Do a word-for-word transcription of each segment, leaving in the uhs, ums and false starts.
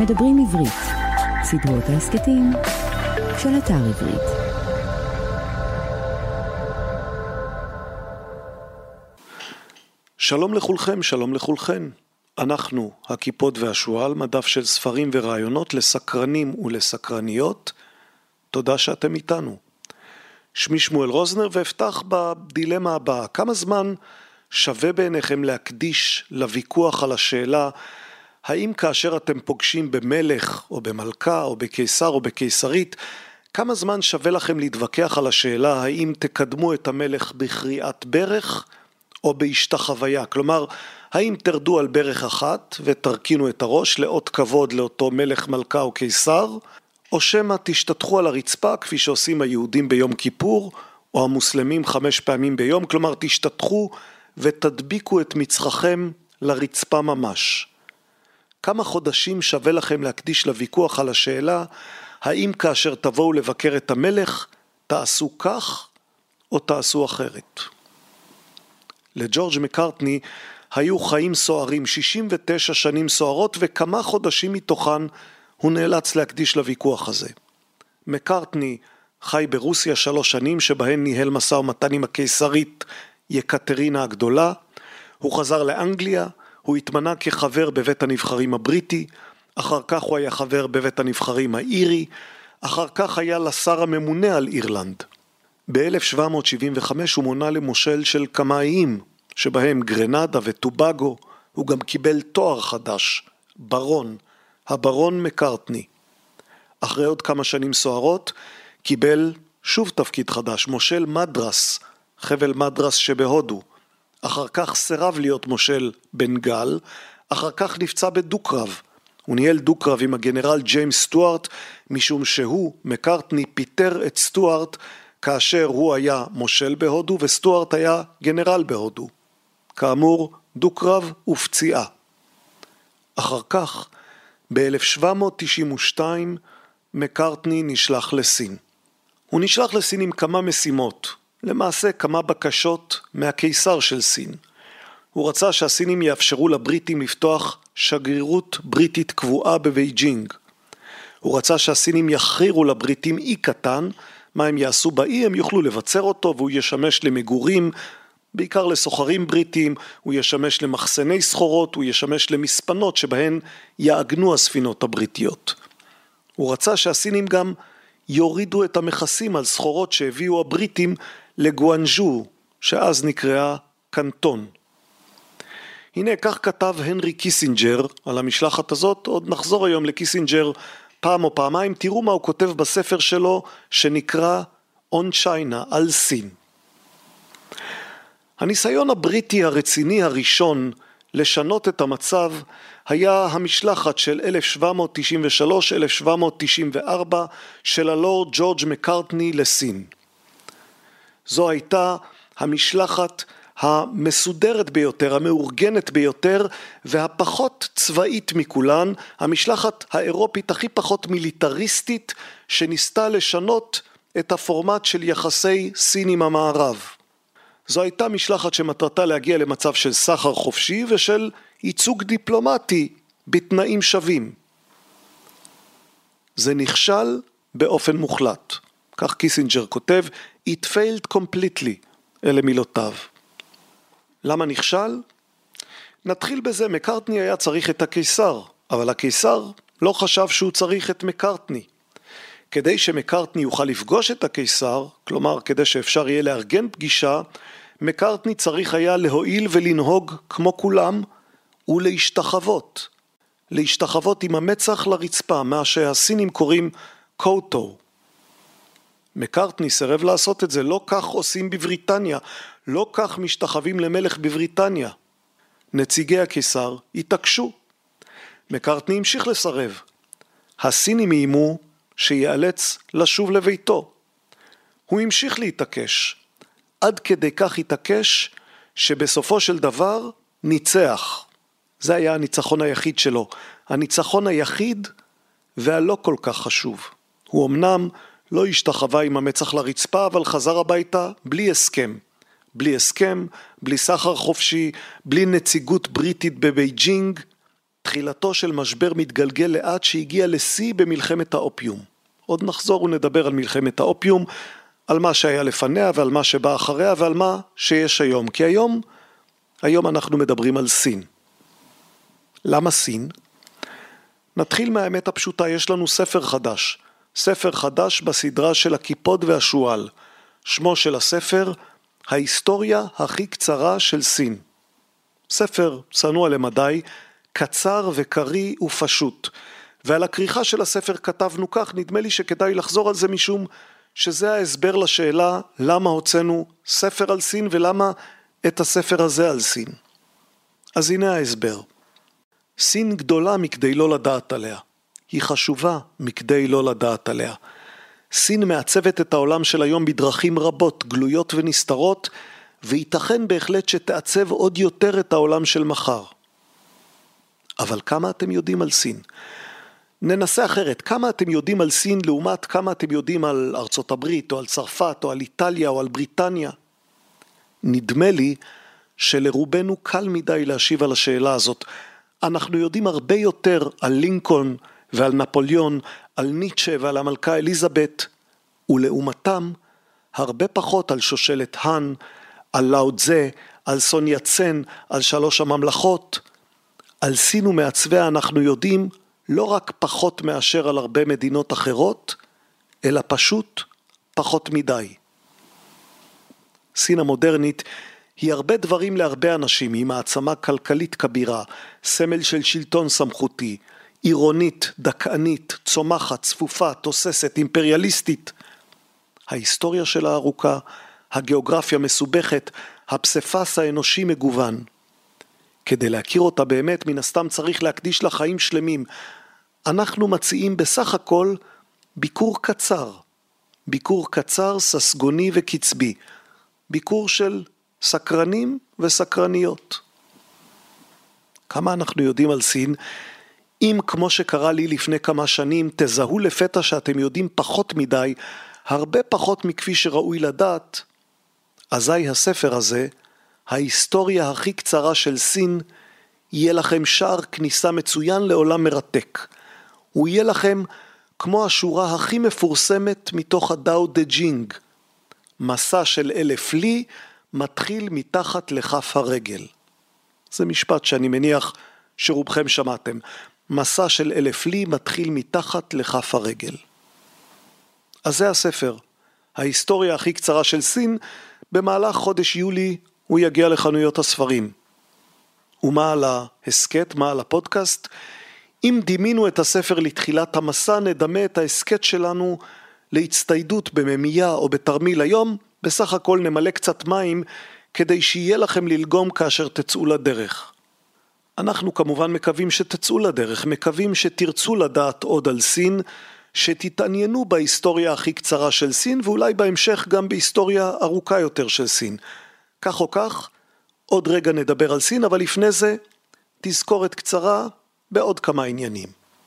מדברים עברית, סדרות ההסכתים של אתר עברית. שלום לכולכם, שלום לכולכן. אנחנו, הכיפות והשועל, מדף של ספרים ורעיונות לסקרנים ולסקרניות. תודה שאתם איתנו. שמי שמואל רוזנר, ואפתח בדילמה הבאה. כמה זמן שווה בעיניכם להקדיש לוויכוח על השאלה האם כאשר אתם פוגשים במלך או במלכה או בקיסר או בקיסרית, כמה זמן שווה לכם להתווכח על השאלה האם תקדמו את המלך בקריאת ברך או בהשתחוויה? כלומר, האם תרדו על ברך אחת ותרכינו את הראש לאות כבוד לאותו מלך, מלכה או קיסר, או שמא תשתטחו על הרצפה כפי שעושים היהודים ביום כיפור או המוסלמים חמש פעמים ביום, כלומר תשתטחו ותדביקו את מצחכם לרצפה ממש. כמה חודשים שווה לכם להקדיש לוויכוח על השאלה האם כאשר תבואו לבקר את המלך תעשו כך או תעשו אחרת? לג'ורג' מקארטני היו חיים סוערים, שישים ותשע שנים סוערות, וכמה חודשים מתוכן הוא נאלץ להקדיש לוויכוח הזה. מקארטני חי ברוסיה שלוש שנים שבהן ניהל משא ומתן עם הקיסרית יקטרינה הגדולה. הוא חזר לאנגליה, הוא התמנה כחבר בבית הנבחרים הבריטי, אחר כך הוא היה חבר בבית הנבחרים האירי, אחר כך היה לשר הממונה על אירלנד. ב-אלף שבע מאות שבעים וחמש הוא מונה למושל של כמה איים, שבהם גרנדה וטובגו. הוא גם קיבל תואר חדש, ברון, הברון מקארטני. אחרי עוד כמה שנים סוערות, קיבל שוב תפקיד חדש, מושל מדרס, חבל מדרס שבהודו. אחר כך סירב להיות מושל בנגל, אחר כך נפצע בדו-קרב. הוא ניהל דו-קרב עם הגנרל ג'יימס סטוארט, משום שהוא, מקארטני, פיטר את סטוארט כאשר הוא היה מושל בהודו וסטוארט היה גנרל בהודו. כאמור, דו-קרב ופציעה. אחר כך, ב-אלף שבע מאות תשעים ושתיים, מקארטני נשלח לסין. הוא נשלח לסין עם כמה משימות, למעשה כמה בקשות מהקיסר של סין. הוא רצה שהסינים יאפשרו לבריטים לפתוח שגרירות בריטית קבועה בבייג'ינג. הוא רצה שהסינים יכרירו לבריטים אי קטן, מה הם יעשו באי, הם יוכלו לבצר אותו והוא ישמש למגורים, בעיקר לסוחרים בריטים, הוא ישמש למחסני סחורות, הוא ישמש למספנות שבהן יעגנו הספינות הבריטיות. הוא רצה שהסינים גם יורידו את המכסים על סחורות שהביאו הבריטים לגואנג'ו, שאז נקראה קנטון. הנה כך כתב הנרי קיסינג'ר על המשלחת הזאת, עוד נחזור היום לקיסינג'ר פעם או פעמיים, תראו מה הוא כותב בספר שלו שנקרא On China, על סין. הניסיון הבריטי הרציני הראשון לשנות את המצב היה המשלחת של אלף שבע מאות תשעים ושלוש אלף שבע מאות תשעים וארבע של הלורד ג'ורג' מקארטני לסין. זו הייתה המשלחת המסודרת ביותר, המאורגנת ביותר והפחות צבאית מכולן, המשלחת האירופית הכי פחות מיליטריסטית שניסתה לשנות את הפורמט של יחסי סין עם המערב. זו הייתה משלחת שמטרתה להגיע למצב של סחר חופשי ושל ייצוג דיפלומטי בתנאים שווים. זה נכשל באופן מוחלט. כך קיסינג'ר כותב, It failed completely, אלה מילותיו. למה נכשל? נתחיל בזה, מקארטני היה צריך את הקיסר, אבל הקיסר לא חשב שהוא צריך את מקארטני. כדי שמקארטני יוכל לפגוש את הקיסר, כלומר כדי שאפשר יהיה לארגן פגישה, מקארטני צריך היה להועיל ולנהוג כמו כולם ולהשתחוות. להשתחוות עם המצח לרצפה, מה שהסינים קוראים קוטו. מקארטני סירב לעשות את זה, לא כך עושים בבריטניה, לא כך משתחווים למלך בבריטניה. נציגי הקיסר התעקשו. מקארטני המשיך לסרב. הסינים איימו שיאלץ לשוב לביתו. הוא המשיך להתעקש. עד כדי כך התעקש שבסופו של דבר ניצח. זה היה הניצחון היחיד שלו. הניצחון היחיד והלא כל כך חשוב. הוא אמנם לא השתחווה עם המצח לרצפה, אבל חזר הביתה בלי הסכם. בלי הסכם, בלי סחר חופשי, בלי נציגות בריטית בבייג'ינג, תחילתו של משבר מתגלגל לאט שהגיע לשיא במלחמת האופיום. עוד נחזור ונדבר על מלחמת האופיום, על מה שהיה לפניה ועל מה שבא אחריה ועל מה שיש היום. כי היום, היום אנחנו מדברים על סין. למה סין? נתחיל מהאמת הפשוטה, יש לנו ספר חדש. ספר חדש בסדרה של הקיפוד והשועל. שמו של הספר, ההיסטוריה הכי קצרה של סין. ספר צנוע למדי, קצר וקרי ופשוט. ועל הכריכה של הספר כתבנו כך, נדמה לי שכדאי לחזור על זה משום שזה ההסבר לשאלה למה הוצאנו ספר על סין ולמה את הספר הזה על סין. אז הנה ההסבר. סין גדולה מכדי לא לדעת עליה. היא חשובה מכדי לא לדעת עליה. סין מעצבת את העולם של היום בדרכים רבות, גלויות ונסתרות, וייתכן בהחלט שתעצב עוד יותר את העולם של מחר. אבל כמה אתם יודעים על סין? ננסה אחרת, כמה אתם יודעים על סין לעומת כמה אתם יודעים על ארצות הברית או על צרפת או על איטליה או על בריטניה? נדמה לי שלרובנו קל מדי להשיב על השאלה הזאת. אנחנו יודעים הרבה יותר על לינקולן ועל נפוליאון, על ניטשה ועל המלכה אליזבת, ולעומתם הרבה פחות על שושלת האן, על לאו צזה, על סון יצן, על שלוש הממלכות. על סין ומעצביה אנחנו יודעים לא רק פחות מאשר על הרבה מדינות אחרות, אלא פשוט פחות מדי. סין המודרנית היא הרבה דברים להרבה אנשים, היא מעצמה כלכלית כבירה, סמל של שלטון סמכותי, עירונית, דכאנית, צומחת, צפופה, תוססת, אימפריאליסטית. ההיסטוריה שלה ארוכה, הגיאוגרפיה מסובכת, הפסיפס האנושי מגוון. כדי להכיר אותה באמת, מן הסתם צריך להקדיש לה חיים שלמים. אנחנו מציעים בסך הכל ביקור קצר. ביקור קצר, ססגוני וקצבי. ביקור של סקרנים וסקרניות. כמה אנחנו יודעים על סין? אם כמו שקרה לי לפני כמה שנים, תזהו לפתע שאתם יודעים פחות מדי, הרבה פחות מכפי שראוי לדעת, אזי הספר הזה, ההיסטוריה הכי קצרה של סין, יהיה לכם שער כניסה מצוין לעולם מרתק. הוא יהיה לכם כמו השורה הכי מפורסמת מתוך הדאו דה ג'ינג. מסע של אלף לי מתחיל מתחת לכף הרגל. זה משפט שאני מניח שרובכם שמעתם. מסע של אלף לי מתחיל מתחת לכף הרגל. אז זה הספר. ההיסטוריה הכי קצרה של סין, במהלך חודש יולי הוא יגיע לחנויות הספרים. ומה על ההסקט, מה על הפודקאסט? אם דימינו את הספר לתחילת המסע, נדמה את ההסקט שלנו להצטיידות בממייה או בתרמיל היום, בסך הכל נמלא קצת מים כדי שיהיה לכם ללגום כאשר תצאו לדרך. אנחנו כמובן מקווים שתצאו לדרך, מקווים שתרצו לדעת עוד על סין, שתתעניינו בהיסטוריה הכי קצרה של סין, ואולי בהמשך גם בהיסטוריה ארוכה יותר של סין. כך או כך, עוד רגע נדבר על סין, אבל לפני זה תזכורת קצרה בעוד כמה עניינים.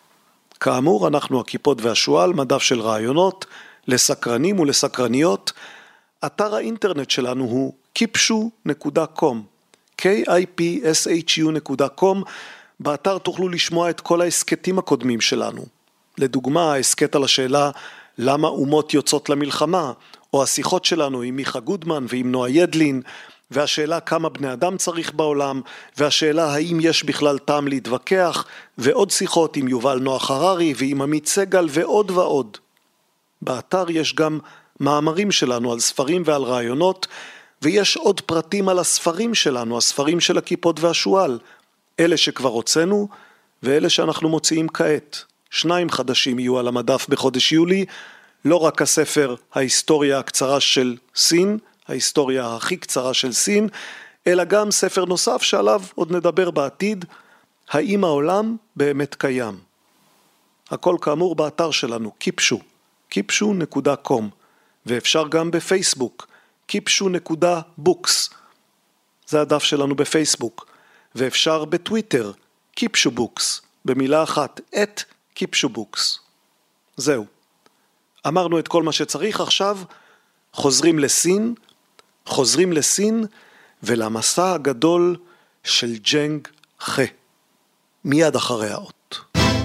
כאמור, אנחנו הקיפוד והשועל, מדף של רעיונות, לסקרנים ולסקרניות. אתר האינטרנט שלנו הוא קיפשו נקודה קום, קיי איי פי אס אייץ' יו נקודה קום. באתר תוכלו לשמוע את כל ההסקטים הקודמים שלנו. לדוגמה, ההסקט על השאלה למה אומות יוצאות למלחמה, או השיחות שלנו עם מיכה גודמן ועם נועה ידלין, והשאלה כמה בני אדם צריך בעולם, והשאלה האם יש בכלל טעם להתווכח, ועוד שיחות עם יובל נוח הררי ועם עמית סגל ועוד ועוד. באתר יש גם מאמרים שלנו על ספרים ועל רעיונות, ויש עוד פרטים על הספרים שלנו, הספרים של הקיפוד והשועל, אלה שכבר הוצאנו ואלה שאנחנו מוציאים כעת. שניים חדשים יהיו על המדף בחודש יולי, לא רק הספר ההיסטוריה הקצרה של סין, ההיסטוריה הכי קצרה של סין, אלא גם ספר נוסף שעליו עוד נדבר בעתיד, האם העולם באמת קיים. הכל כאמור באתר שלנו, קיפשו, קיפשו נקודה קום, ואפשר גם בפייסבוק, קיפשו נקודה בוקס, זה הדף שלנו בפייסבוק, ואפשר בטוויטר, קיפשו בוקס, במילה אחת, את קיפשו בוקס. זהו. אמרנו את כל מה שצריך, עכשיו חוזרים לסין, חוזרים לסין ולמסע הגדול של ג'נג חי. מיד אחרי האות.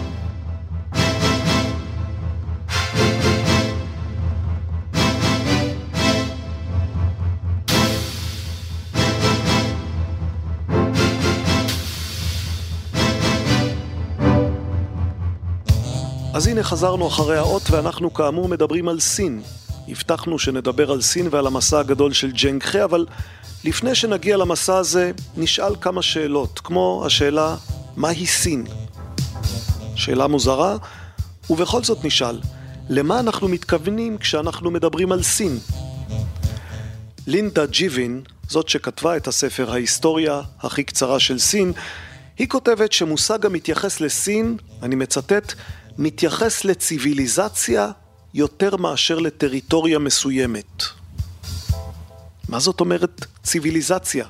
אז הנה חזרנו אחרי האות ואנחנו כאמור מדברים על סין. הבטחנו שנדבר על סין ועל המסע הגדול של ג'נג חי, אבל לפני שנגיע למסע הזה נשאל כמה שאלות, כמו השאלה מהי סין? שאלה מוזרה, ובכל זאת נשאל, למה אנחנו מתכוונים כשאנחנו מדברים על סין? לינדה ג'יבין, זאת שכתבה את הספר ההיסטוריה הכי קצרה של סין, היא כותבת שמושג המתייחס לסין, אני מצטט, מתייחס לציוויליזציה יותר מאשר לטריטוריה מסוימת. מה זאת אומרת ציוויליזציה?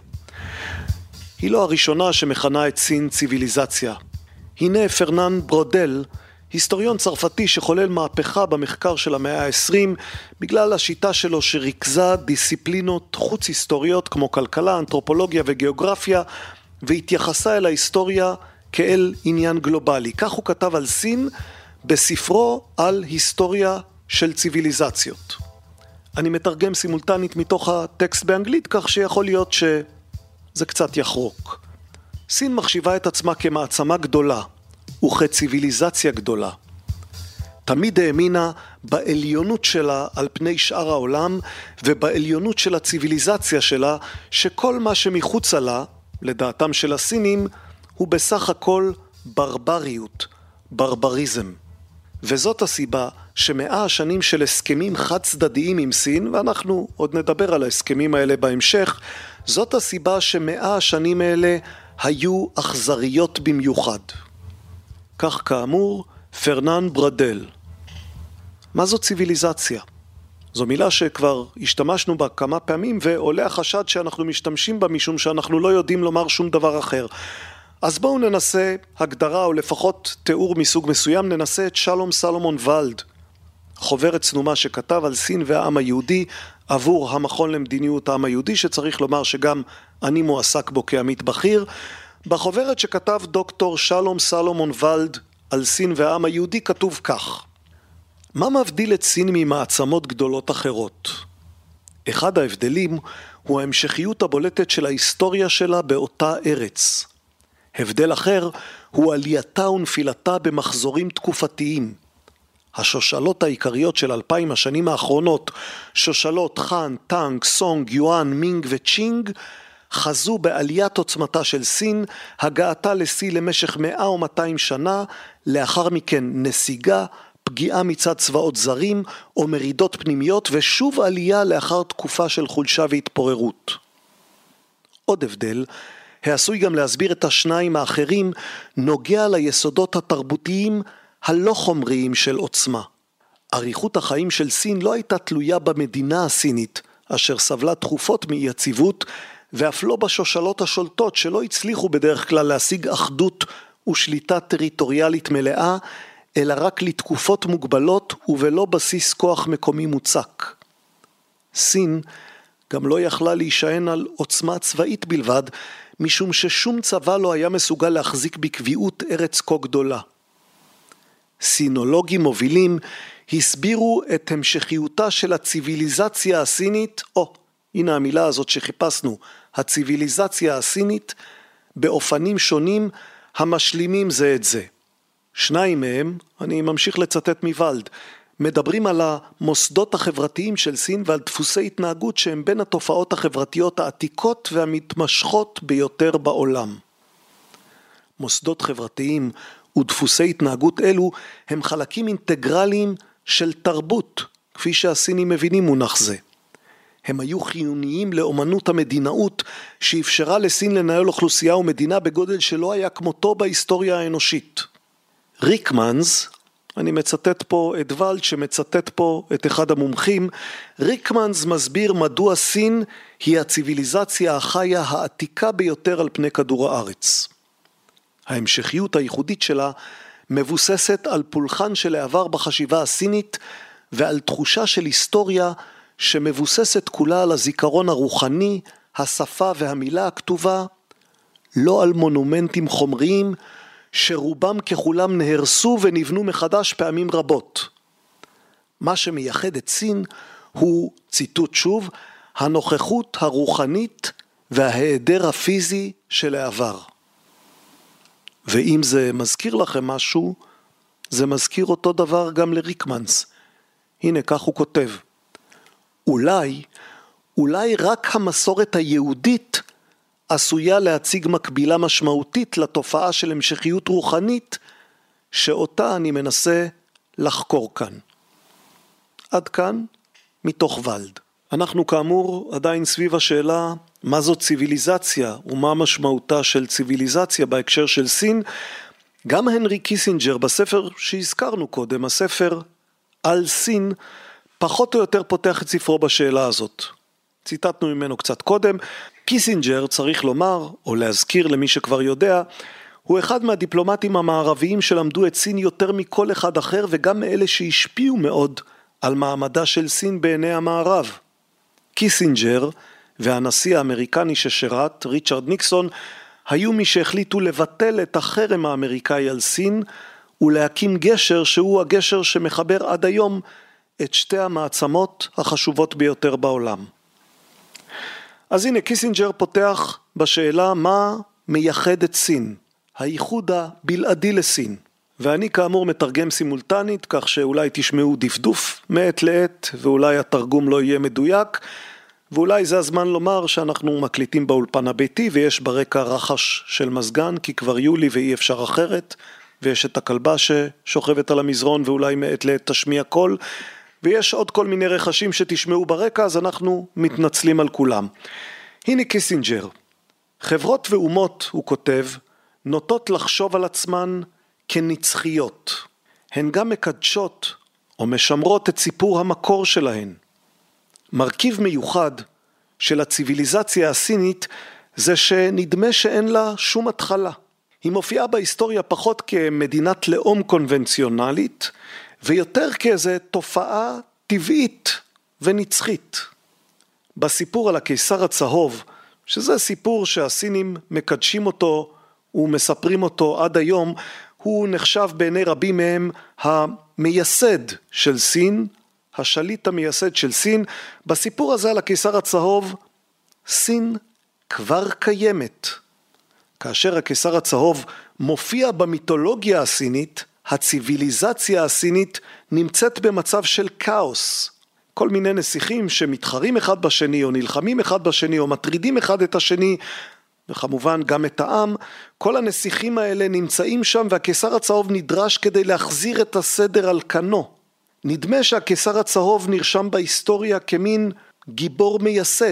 היא לא הראשונה שמכנה את סין ציוויליזציה. הנה פרנן ברודל, היסטוריון צרפתי שחולל מהפכה במחקר של המאה ה-עשרים, בגלל השיטה שלו שריכזה דיסציפלינות חוץ היסטוריות כמו כלכלה, אנתרופולוגיה וגיאוגרפיה, והתייחסה אל ההיסטוריה כאל עניין גלובלי. כך הוא כתב על סין בספרו על היסטוריה של ציוויליזציות. אני מתרגם סימולטנית מתוך הטקסט באנגלית, כך שיכול להיות שזה קצת יחרוק. סין מחשיבה את עצמה כמעצמה גדולה וכציוויליזציה גדולה. תמיד האמינה בעליונות שלה על פני שאר העולם ובעליונות של הציוויליזציה שלה, שכל מה שמחוצה לה, לדעתם של הסינים, הוא בסך הכל ברבריות, ברבריזם. וזאת הסיבה שמאה השנים של הסכמים חד צדדיים עם סין, ואנחנו עוד נדבר על ההסכמים האלה בהמשך, זאת הסיבה שמאה השנים האלה היו אכזריות במיוחד. כך כאמור, פרנן ברודל. מה זו ציוויליזציה? זו מילה שכבר השתמשנו בה כמה פעמים, ועולה החשד שאנחנו משתמשים בה משום שאנחנו לא יודעים לומר שום דבר אחר. אז בואו ננסה הגדרה או לפחות תיאור מסוג מסוים, ננסה את שלום סלומון ולד, חוברת צנומה שכתב על סין והעם היהודי עבור המכון למדיניות העם היהודי, שצריך לומר שגם אני מועסק בו כעמית בכיר. בחוברת שכתב דוקטור שלום סלומון ולד על סין והעם היהודי כתוב כך: מה מבדיל את סין ממעצמות גדולות אחרות? אחד ההבדלים הוא ההמשכיות הבולטת של ההיסטוריה שלה באותה ארץ. הבדל אחר הוא עלייתה ונפילתה במחזורים תקופתיים. השושלות העיקריות של אלפיים השנים האחרונות, שושלות חאן, טאנג, סונג, יואן, מינג וצ'ינג, חזו בעליית עוצמתה של סין, הגעתה לשיא למשך מאה ומאתיים שנה, לאחר מכן נסיגה, פגיעה מצד צבאות זרים או מרידות פנימיות, ושוב עלייה לאחר תקופה של חולשה והתפוררות. עוד הבדל, העשוי גם להסביר את השניים האחרים, נוגע ליסודות התרבותיים הלא חומריים של עוצמה. אריכות החיים של סין לא הייתה תלויה במדינה הסינית, אשר סבלה תכופות מאי יציבות, ואף לא בשושלות השולטות שלא הצליחו בדרך כלל להשיג אחדות ושליטה טריטוריאלית מלאה, אלא רק לתקופות מוגבלות ובלא בסיס כוח מקומי מוצק. סין גם לא יכלה להישען על עוצמה צבאית בלבד, משום ששום צבא לא היה מסוגל להחזיק בקביעות ארץ כה גדולה. סינולוגים מובילים הסבירו את המשכיותה של הציוויליזציה הסינית, או, הנה המילה הזאת שחיפשנו, הציוויליזציה הסינית, באופנים שונים המשלימים זה את זה. שניים מהם, אני ממשיך לצטט מוולד, מדברים על המוסדות החברתיים של סין ועל דפוסי התנהגות שהם בין התופעות החברתיות העתיקות והמתמשכות ביותר בעולם. מוסדות חברתיים ודפוסי התנהגות אלו הם חלקים אינטגרליים של תרבות, כפי שהסינים מבינים מונח זה. הם היו חיוניים לאומנות המדינאות שאפשרה לסין לנהל אוכלוסייה ומדינה בגודל שלא היה כמותו בהיסטוריה האנושית. ריקמנס, אני מצטט פה את ולד שמצטט פה את אחד המומחים, ריקמנס מסביר מדוע סין היא הציוויליזציה החיה העתיקה ביותר על פני כדור הארץ. ההמשכיות הייחודית שלה מבוססת על פולחן של העבר בחשיבה הסינית ועל תחושה של היסטוריה שמבוססת כולה על הזיכרון הרוחני, השפה והמילה הכתובה, לא על מונומנטים חומריים שרובם ככולם נהרסו ונבנו מחדש פעמים רבות. מה שמייחד את סין הוא, ציטוט שוב, הנוכחות הרוחנית וההיעדר הפיזי של העבר. ואם זה מזכיר לכם משהו, זה מזכיר אותו דבר גם לריקמנס. הנה, כך הוא כותב. אולי, אולי רק המסורת היהודית עשויה להציג מקבילה משמעותית לתופעה של המשכיות רוחנית, שאותה אני מנסה לחקור כאן. עד כאן, מתוך ולד. אנחנו כאמור עדיין סביב השאלה מה זו ציוויליזציה ומה משמעותה של ציוויליזציה בהקשר של סין. גם הנרי קיסינג'ר בספר שהזכרנו קודם, הספר על סין, פחות או יותר פותח את ספרו בשאלה הזאת. ציטטנו ממנו קצת קודם. קיסינג'ר, צריך לומר, או להזכיר למי שכבר יודע, הוא אחד מהדיפלומטים המערביים שלמדו את סין יותר מכל אחד אחר, וגם מאלה שהשפיעו מאוד על מעמדה של סין בעיני המערב. קיסינג'ר והנשיא האמריקני ששירת, ריצ'רד ניקסון, היו מי שהחליטו לבטל את החרם האמריקאי על סין, ולהקים גשר שהוא הגשר שמחבר עד היום את שתי המעצמות החשובות ביותר בעולם. אז הנה, קיסינג'ר פותח בשאלה מה מייחד את סין, הייחוד הבלעדי לסין. ואני כאמור מתרגם סימולטנית, כך שאולי תשמעו דפדוף מעת לעת, ואולי התרגום לא יהיה מדויק, ואולי זה הזמן לומר שאנחנו מקליטים באולפן הביתי, ויש ברקע רחש של מזגן, כי כבר יולי ואי אפשר אחרת, ויש את הכלבה ששוכבת על המזרון, ואולי מעת לעת תשמיע קול, ויש עוד כל מיני רכשים שתשמעו ברקע, אז אנחנו מתנצלים על כולם. הנה קיסינג'ר. חברות ואומות, הוא כותב, נוטות לחשוב על עצמן כנצחיות. הן גם מקדשות או משמרות את סיפור המקור שלהן. מרכיב מיוחד של הציוויליזציה הסינית זה שנדמה שאין לה שום התחלה. היא מופיעה בהיסטוריה פחות כמדינת לאום קונבנציונלית, ויותר כאיזו תופעה טבעית ונצחית. בסיפור על הקיסר הצהוב, שזה סיפור שהסינים מקדשים אותו ומספרים אותו עד היום, הוא נחשב בעיני רבים מהם המייסד של סין, השליט המייסד של סין. בסיפור הזה על הקיסר הצהוב, סין כבר קיימת. כאשר הקיסר הצהוב מופיע במיתולוגיה הסינית, הציוויליזציה הסינית נמצאת במצב של כאוס. כל מיני נסיכים שמתחרים אחד בשני, או נלחמים אחד בשני, או מטרידים אחד את השני, וכמובן גם את העם. כל הנסיכים האלה נמצאים שם, והקיסר הצהוב נדרש כדי להחזיר את הסדר על כנו. נדמה שהקיסר הצהוב נרשם בהיסטוריה כמין גיבור מייסד,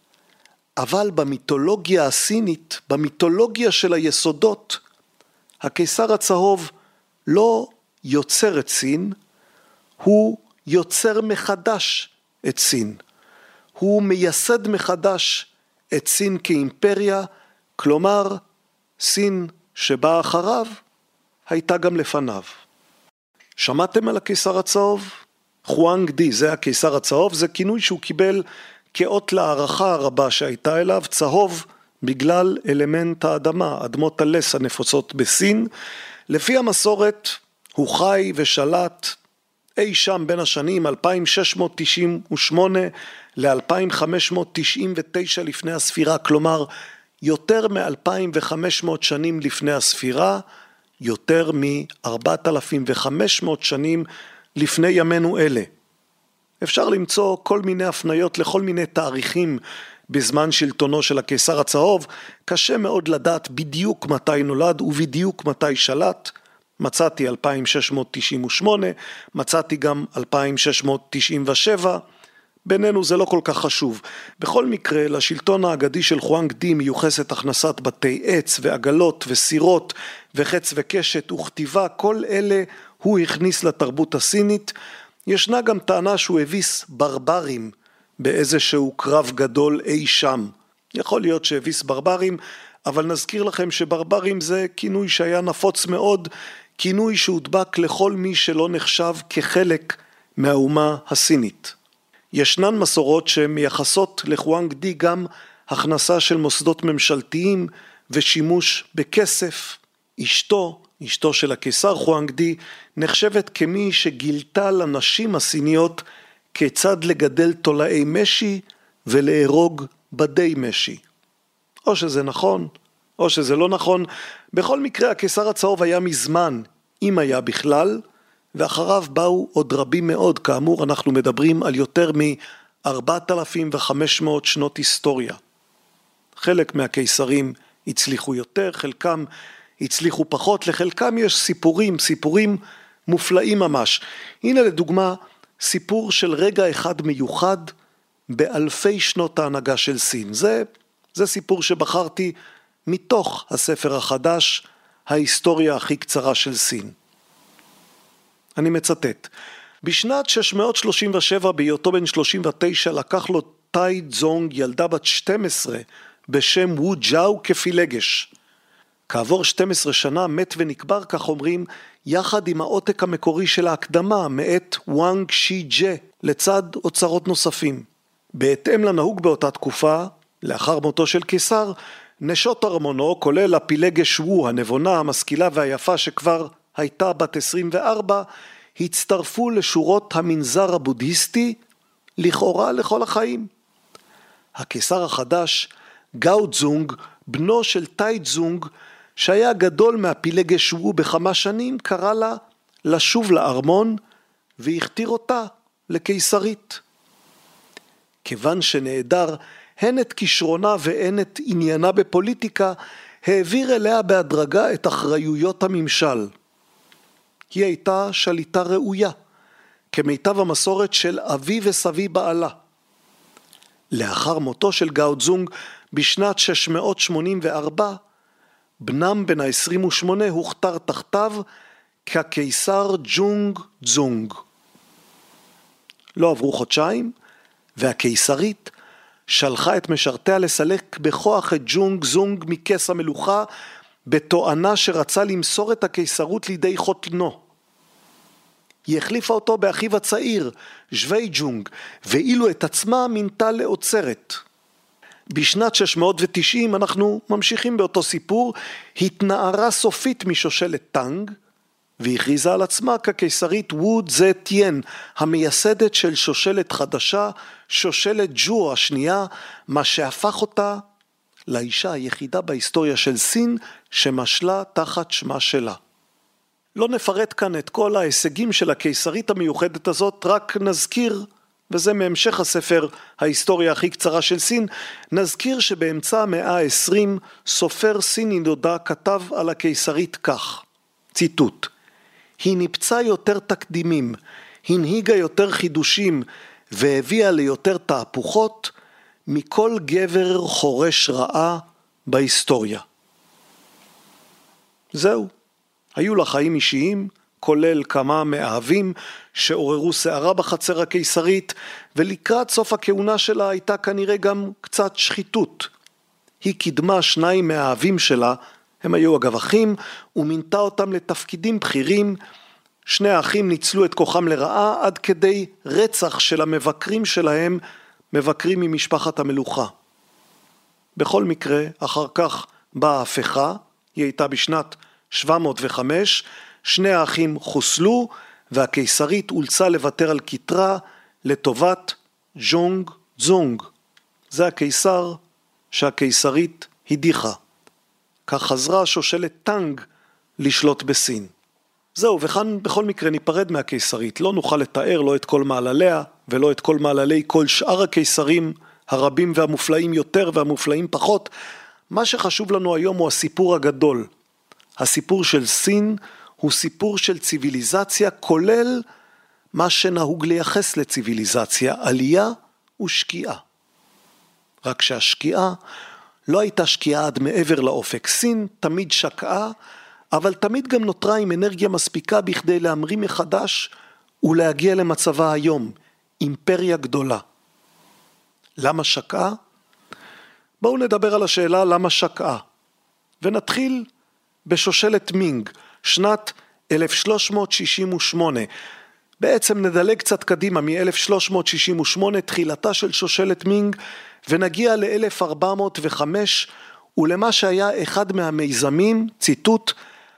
אבל במיתולוגיה הסינית, במיתולוגיה של היסודות, הקיסר הצהוב לא יוצר את סין, הוא יוצר מחדש את סין. הוא מייסד מחדש את סין כאימפריה, כלומר, סין שבאה אחריו הייתה גם לפניו. שמעתם על הקיסר הצהוב? חואנג די, זה הקיסר הצהוב, זה כינוי שהוא קיבל כאות להערכה הרבה שהייתה אליו, צהוב בגלל אלמנט האדמה, אדמות הלס הנפוצות בסין. לפי המסורת הוא חי ושלט אי שם בין השנים אלפיים שש מאות תשעים ושמונה ל-אלפיים חמש מאות תשעים ותשע לפני הספירה, כלומר יותר מ-אלפיים וחמש מאות שנים לפני הספירה, יותר מ-ארבעת אלפים וחמש מאות שנים לפני ימינו אלה. אפשר למצוא כל מיני הפניות לכל מיני תאריכים בזמן שלטונו של הקיסר הצהוב. קשה מאוד לדעת בדיוק מתי נולד ובדיוק מתי שלט. מצאתי אלפיים שש מאות תשעים ושמונה, מצאתי גם אלפיים שש מאות תשעים ושבע, בינינו זה לא כל כך חשוב. בכל מקרה, לשלטון האגדי של חואנג די מיוחסת הכנסת בתי עץ ועגלות וסירות וחץ וקשת וכתיבה, כל אלה הוא הכניס לתרבות הסינית. ישנה גם טענה שהוא הביס ברברים באיזשהו קרב גדול אי שם. יכול להיות שהביס ברברים, אבל נזכיר לכם שברברים זה כינוי שהיה נפוץ מאוד, כינוי שהודבק לכל מי שלא נחשב כחלק מהאומה הסינית. ישנן מסורות שמייחסות לחואנג די גם הכנסה של מוסדות ממשלתיים ושימוש בכסף. אשתו, אשתו של הקיסר חואנגדי, נחשבת כמי שגילתה לנשים הסיניות כיצד לגדל תולעי משי ולארוג בדי משי. או שזה נכון, או שזה לא נכון. בכל מקרה, הקיסר הצהוב היה מזמן, אם היה בכלל, ואחריו באו עוד רבים מאוד. כאמור, אנחנו מדברים על יותר מ-ארבעת אלפים וחמש מאות שנות היסטוריה. חלק מהקיסרים הצליחו יותר, חלקם הצליחו פחות, לחלקם יש סיפורים, סיפורים מופלאים ממש. הנה לדוגמה, סיפור של רגע אחד מיוחד באלפי שנות ההנהגה של סין. זה, זה סיפור שבחרתי מתוך הספר החדש, ההיסטוריה הכי קצרה של סין. אני מצטט. בשנת שש מאות שלושים ושבע, בהיותו בן שלושים ותשע, לקח לו טאי צזונג ילדה בת שתים עשרה בשם וו ג'או כפילגש. כעבור שתים עשרה שנה מת ונקבר, כך אומרים, יחד עם העותק המקורי של ההקדמה מאת וואנג שי ג'ה, לצד אוצרות נוספים. בהתאם לנהוג באותה תקופה, לאחר מותו של קיסר, נשות ארמונו, כולל הפילגש וו, הנבונה, המשכילה והיפה שכבר הייתה בת עשרים וארבע, הצטרפו לשורות המנזר הבודהיסטי, לכאורה לכל החיים. הקיסר החדש, גאו צזונג, בנו של טאי צזונג, שהיה גדול מהפילגש וו בכמה שנים, קרא לה לשוב לארמון, והכתיר אותה לקיסרית. כיוון שנעדר הן את כישרונה והן את עניינה בפוליטיקה, העביר אליה בהדרגה את אחריויות הממשל. היא הייתה שליטה ראויה, כמיטב המסורת של אבי וסבי בעלה. לאחר מותו של גאו צזונג בשנת שש מאות שמונים וארבע, בנם בן ה-עשרים ושמונה הוכתר תחתיו כקיסר ג'ונג צזונג. לא עברו חודשיים, והקיסרית שלחה את משרתיה לסלק בכוח את ג'ונג צזונג מכס המלוכה, בתואנה שרצה למסור את הקיסרות לידי חותנו. היא החליפה אותו באחיו הצעיר, שווי ג'ונג, ואילו את עצמה מינתה לאוצרת. בשנת שש מאות ותשעים, אנחנו ממשיכים באותו סיפור, התנערה סופית משושלת טנג, והכריזה על עצמה כקיסרית וו צזה טיין, המייסדת של שושלת חדשה, שושלת ג'ו השנייה, מה שהפך אותה לאישה היחידה בהיסטוריה של סין שמשלה תחת שמה שלה. לא נפרט כאן את כל ההישגים של הקיסרית המיוחדת הזאת, רק נזכיר, וזה מהמשך הספר ההיסטוריה הכי קצרה של סין, נזכיר שבאמצע המאה ה-עשרים סופר סיני נודע כתב על הקיסרית כך, ציטוט: היא ניפצה יותר תקדימים, הנהיגה יותר חידושים והביאה ליותר תהפוכות מכל גבר חורש רעה בהיסטוריה. זהו, היו לה חיים אישיים, כולל כמה מאהבים שעוררו שערה בחצר הקיסרית, ולקראת סוף הכהונה שלה הייתה כנראה גם קצת שחיתות. היא קידמה שניים מהאהבים שלה, הם היו אגב אחים, ומינתה אותם לתפקידים בכירים. שני האחים ניצלו את כוחם לרעה עד כדי רצח של המבקרים שלהם, מבקרים ממשפחת המלוכה. בכל מקרה, אחר כך באה ההפיכה, היא הייתה בשנת שבע מאות וחמש, שני האחים חוסלו, והקיסרית אולצה לוותר על כתרה לטובת ג'ונג צזונג. זה הקיסר שהקיסרית הדיחה. כך חזרה שושלת טנג לשלוט בסין. זהו, וכאן בכל מקרה ניפרד מהקיסרית. לא נוכל לתאר לא את כל מעלליה ולא את כל מעללי כל שאר הקיסרים הרבים והמופלאים יותר והמופלאים פחות. מה שחשוב לנו היום הוא הסיפור הגדול. הסיפור של סין הוא סיפור של ציוויליזציה, כולל מה שנהוג לייחס לציוויליזציה, עלייה ושקיעה. רק שהשקיעה לא הייתה שקיעה עד מעבר לאופק. סין תמיד שקעה, אבל תמיד גם נותרה עם אנרגיה מספיקה בכדי להמריא מחדש ולהגיע למצבה היום, אימפריה גדולה. למה שקעה? בואו נדבר על השאלה למה שקעה, ונתחיל בשושלת מינג, שנת אלף שלוש מאות שישים ושמונה. בעצם נדלג קצת קדימה מ-אלף שלוש מאות שישים ושמונה, תחילתה של שושלת מינג, ונגיע ל-אלף ארבע מאות וחמש, ולמה שהיה אחד מהמיזמים, ציטוט,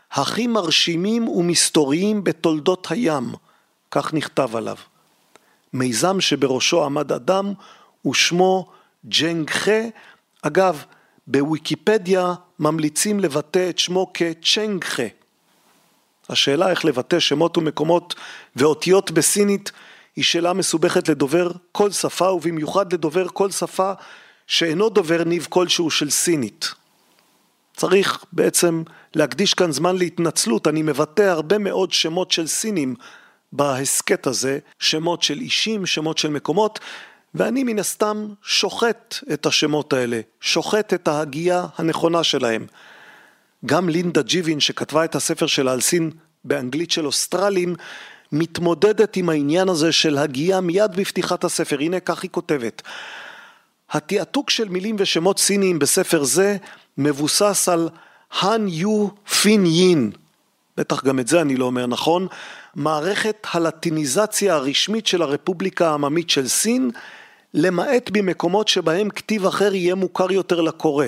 הכי מרשימים ומסתוריים בתולדות הים, כך נכתב עליו. מיזם שבראשו עמד אדם ושמו ג'נג חה, אגב, בוויקיפדיה ממליצים לבטא את שמו כצ'נג חה. השאלה איך לבטא שמות ומקומות ואותיות בסינית היא שאלה מסובכת לדובר כל שפה, ובמיוחד לדובר כל שפה שאינו דובר ניב כלשהו של סינית. צריך בעצם להקדיש כאן זמן להתנצלות, אני מבטא הרבה מאוד שמות של סינים בהסקט הזה, שמות של אישים, שמות של מקומות, ואני מן הסתם שוחט את השמות האלה, שוחט את ההגייה הנכונה שלהם. גם לינדה ג'יבין שכתבה את הספר שלה על סין באנגלית של אוסטרלים, מתמודדת עם העניין הזה של הגייה מיד בפתיחת הספר. הנה כך היא כותבת: התיעתוק של מילים ושמות סיניים בספר זה מבוסס על han yu fin yin, בטח גם את זה אני לא אומר נכון, מערכת הלטיניזציה הרשמית של הרפובליקה העממית של סין, למעט במקומות שבהם כתיב אחר יהיה מוכר יותר לקורא.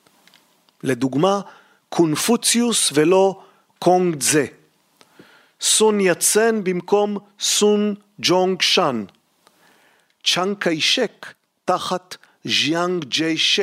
לדוגמה, קונפוציוס ולא קונג צה. סון יצן במקום סון ג'ונג שאן. צ'אנג קיישק תחת ז'יאנג ג'יי שה.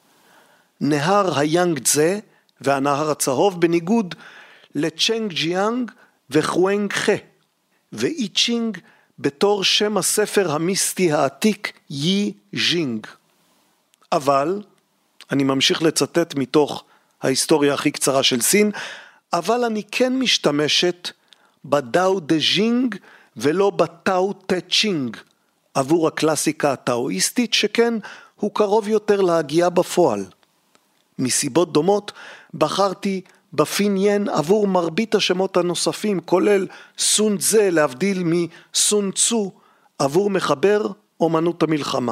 נהר היאנג צה והנהר הצהוב בניגוד לצ'נג ג'יאנג וחואנג חה, ואי צ'ינג בתור שם הספר המיסטי העתיק יי ז'ינג. אבל, אני ממשיך לצטט מתוך ההיסטוריה הכי קצרה של סין, אבל אני כן משתמשת בדאו דה ז'ינג ולא בטאו תה צ'ינג, עבור הקלאסיקה הטאואיסטית, שכן הוא קרוב יותר להגיעה בפועל. מסיבות דומות בחרתי בפיניין עבור מרבית השמות הנוספים, כולל סון צה להבדיל מסון צו עבור מחבר אומנות המלחמה.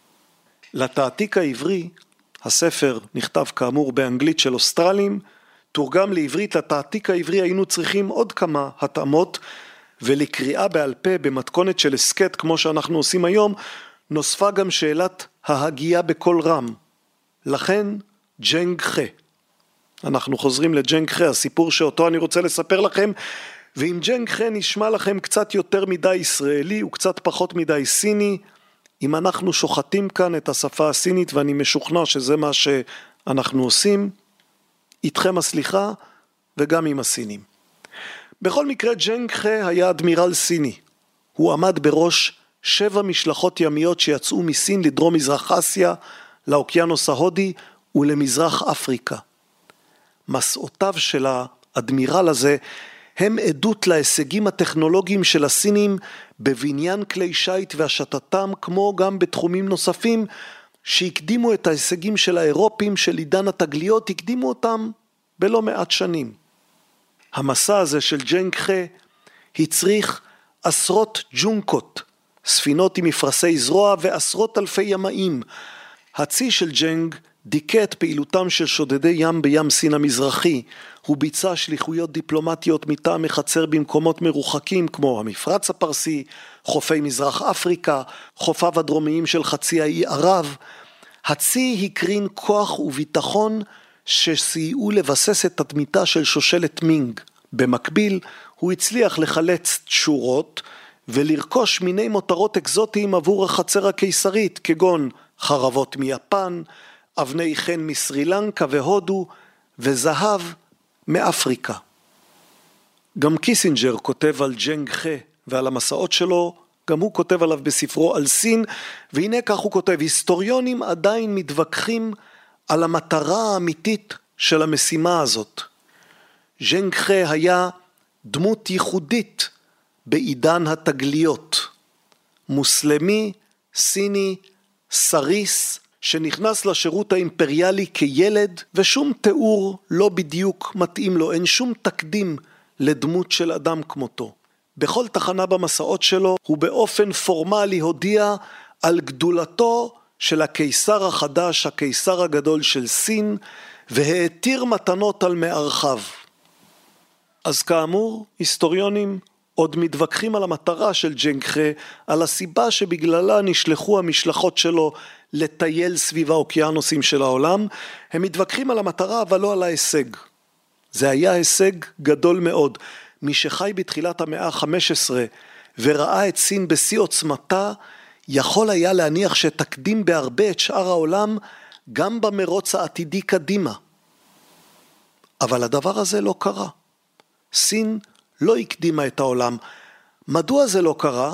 לתעתיק העברי, הספר נכתב כאמור באנגלית של אוסטרלים, תורגם לעברית לתעתיק העברי היינו צריכים עוד כמה התאמות, ולקריאה בעל פה במתכונת של הסקט כמו שאנחנו עושים היום, נוספה גם שאלת ההגייה בקול רם. לכן ג'נג חה. אנחנו חוזרים לג'נג חה, הסיפור שאותו אני רוצה לספר לכם, ואם ג'נג חה נשמע לכם קצת יותר מדי ישראלי וקצת פחות מדי סיני, אם אנחנו שוחטים כאן את השפה הסינית, ואני משוכנע שזה מה שאנחנו עושים, איתכם הסליחה וגם עם הסינים. בכל מקרה ג'נג חה היה אדמירל סיני. הוא עמד בראש שבע משלחות ימיות שיצאו מסין לדרום מזרח אסיה, לאוקיינוס ההודי ולמזרח אפריקה. מסעותיו של האדמירל הזה הם עדות להישגים הטכנולוגיים של הסינים בבניין כלי שייט והשטתם, כמו גם בתחומים נוספים שהקדימו את ההישגים של האירופים של עידן התגליות, הקדימו אותם בלא מעט שנים. המסע הזה של ג'נג חה הצריך עשרות ג'ונקות, ספינות עם מפרסי זרוע ועשרות אלפי ימאים. הצי של ג'נג דיכא את פעילותם של שודדי ים בים סין המזרחי. הוא ביצע שליחויות דיפלומטיות מטעם מחצר במקומות מרוחקים כמו המפרץ הפרסי, חופי מזרח אפריקה, חופיו הדרומיים של חצי האי ערב. הצי הקרין כוח וביטחון שסייעו לבסס את תדמיתה של שושלת מינג. במקביל הוא הצליח לחלץ תשורות ולרכוש מיני מותרות אקזוטיים עבור החצר הקיסרית, כגון חרבות מיפן, אבני חן מסרי לנקה והודו וזהב מאפריקה. גם קיסינג'ר כותב על ג'נג חה ועל המסעות שלו, גם הוא כותב עליו בספרו על סין, והנה כך הוא כותב: היסטוריונים עדיין מתווכחים על המטרה האמיתית של המשימה הזאת. ג'נג חה היה דמות ייחודית בעידן התגליות. מוסלמי, סיני, סריס, שנכנס לשירות האימפריאלי כילד, ושום תיאור לא בדיוק מתאים לו, אין שום תקדים לדמות של אדם כמותו. בכל תחנה במסעות שלו הוא באופן פורמלי הודיע על גדולתו של הקיסר החדש, הקיסר הגדול של סין, והעתיר מתנות על מערכיו. אז כאמור, היסטוריונים עוד מתווכחים על המטרה של ג'נג חה, על הסיבה שבגללה נשלחו המשלחות שלו לטייל סביב האוקיינוסים של העולם. הם מתווכחים על המטרה אבל לא על ההישג. זה היה הישג גדול מאוד. מי שחי בתחילת המאה ה-חמש עשרה וראה את סין בשיא עוצמתה, יכול היה להניח שתקדים בהרבה את שאר העולם, גם במרוץ העתידי קדימה. אבל הדבר הזה לא קרה. סין לא הקדימה את העולם. מדוע זה לא קרה?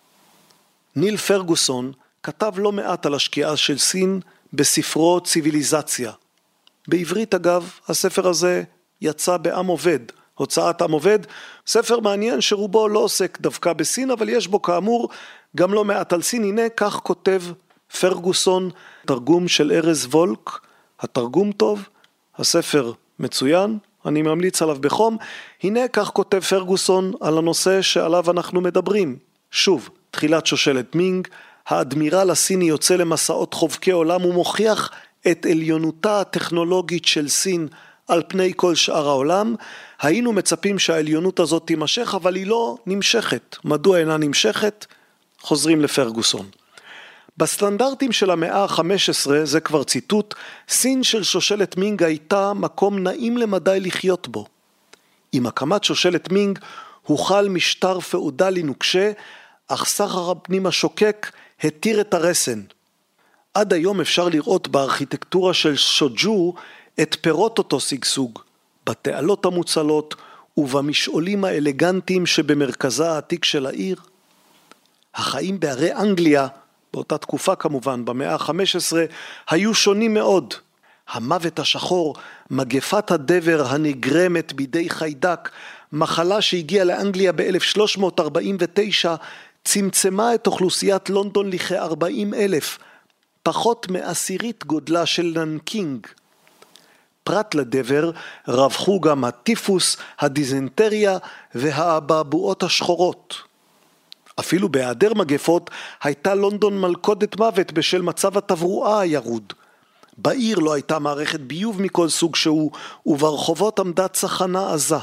ניל פרגוסון כתב לא מעט על השקיעה של סין בספרו ציוויליזציה. בעברית אגב, הספר הזה יצא בעם עובד, הוצאת עם עובד, ספר מעניין שרובו לא עוסק דווקא בסין, אבל יש בו כאמור גם לא מעט על סין. הנה כך כותב פרגוסון, תרגום של ארז וולק, התרגום טוב, הספר מצוין, אני ממליץ עליו בחום. הנה כך כותב פרגוסון על הנושא שעליו אנחנו מדברים. שוב, תחילת שושלת מינג, האדמירל הסיני יוצא למסעות חובקי עולם ומוכיח את עליונותה הטכנולוגית של סין על פני כל שאר העולם. היינו מצפים שהעליונות הזאת תימשך, אבל היא לא נמשכת. מדוע אינה נמשכת? חוזרים לפרגוסון. בסטנדרטים של המאה ה-חמש עשרה, זה כבר ציטוט, סין של שושלת מינג הייתה מקום נעים למדי לחיות בו. עם הקמת שושלת מינג הוחל משטר פאודלי נוקשה, אך סחר הפנים השוקק התיר את הרסן. עד היום אפשר לראות בארכיטקטורה של שוג'ו את פירות אותו סגסוג, בתעלות המוצלות ובמשעולים האלגנטיים שבמרכזה העתיק של העיר. החיים בערי אנגליה, באותה תקופה כמובן, במאה ה-חמש עשרה, היו שונים מאוד. המוות השחור, מגפת הדבר הנגרמת בידי חיידק, מחלה שהגיעה לאנגליה ב-אלף שלוש מאות ארבעים ותשע, צמצמה את אוכלוסיית לונדון לכ-ארבעים אלף, פחות מעשירית גודלה של ננקינג. פרט לדבר רווחו גם הטיפוס, הדיזנטריה והאבעבועות השחורות. אפילו בהיעדר מגפות הייתה לונדון מלכודת מוות בשל מצב התברואה הירוד. בעיר לא הייתה מערכת ביוב מכל סוג שהוא, וברחובות עמדה צחנה עזה.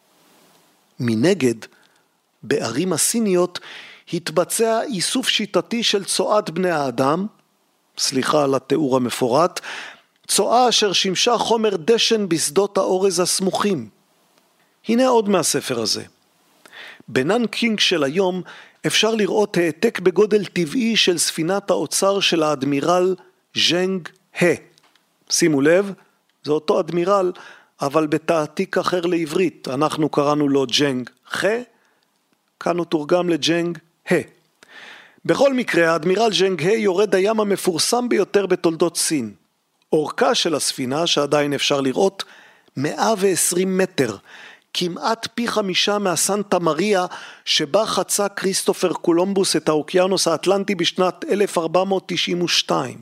מנגד, בערים הסיניות התבצע איסוף שיטתי של צואת בני האדם, סליחה על התיאור המפורט, צואה אשר שימשה חומר דשן בשדות האורז הסמוכים. הנה עוד מהספר הזה. בננקינג של היום אפשר לראות העתק בגודל טבעי של ספינת האוצר של האדמירל ז'נג ה'. שימו לב, זה אותו אדמירל, אבל בתעתיק אחר לעברית. אנחנו קראנו לו ג'נג ה', כאן הוא תורגם לג'נג ה'. בכל מקרה, האדמירל ז'נג ה' יורד הים המפורסם ביותר בתולדות סין. אורכה של הספינה, שעדיין אפשר לראות, מאה ועשרים מטר, כמעט פי חמישה מהסנטה מריה שבה חצה כריסטופר קולומבוס את האוקיינוס האטלנטי בשנת אלף ארבע מאות תשעים ושתיים.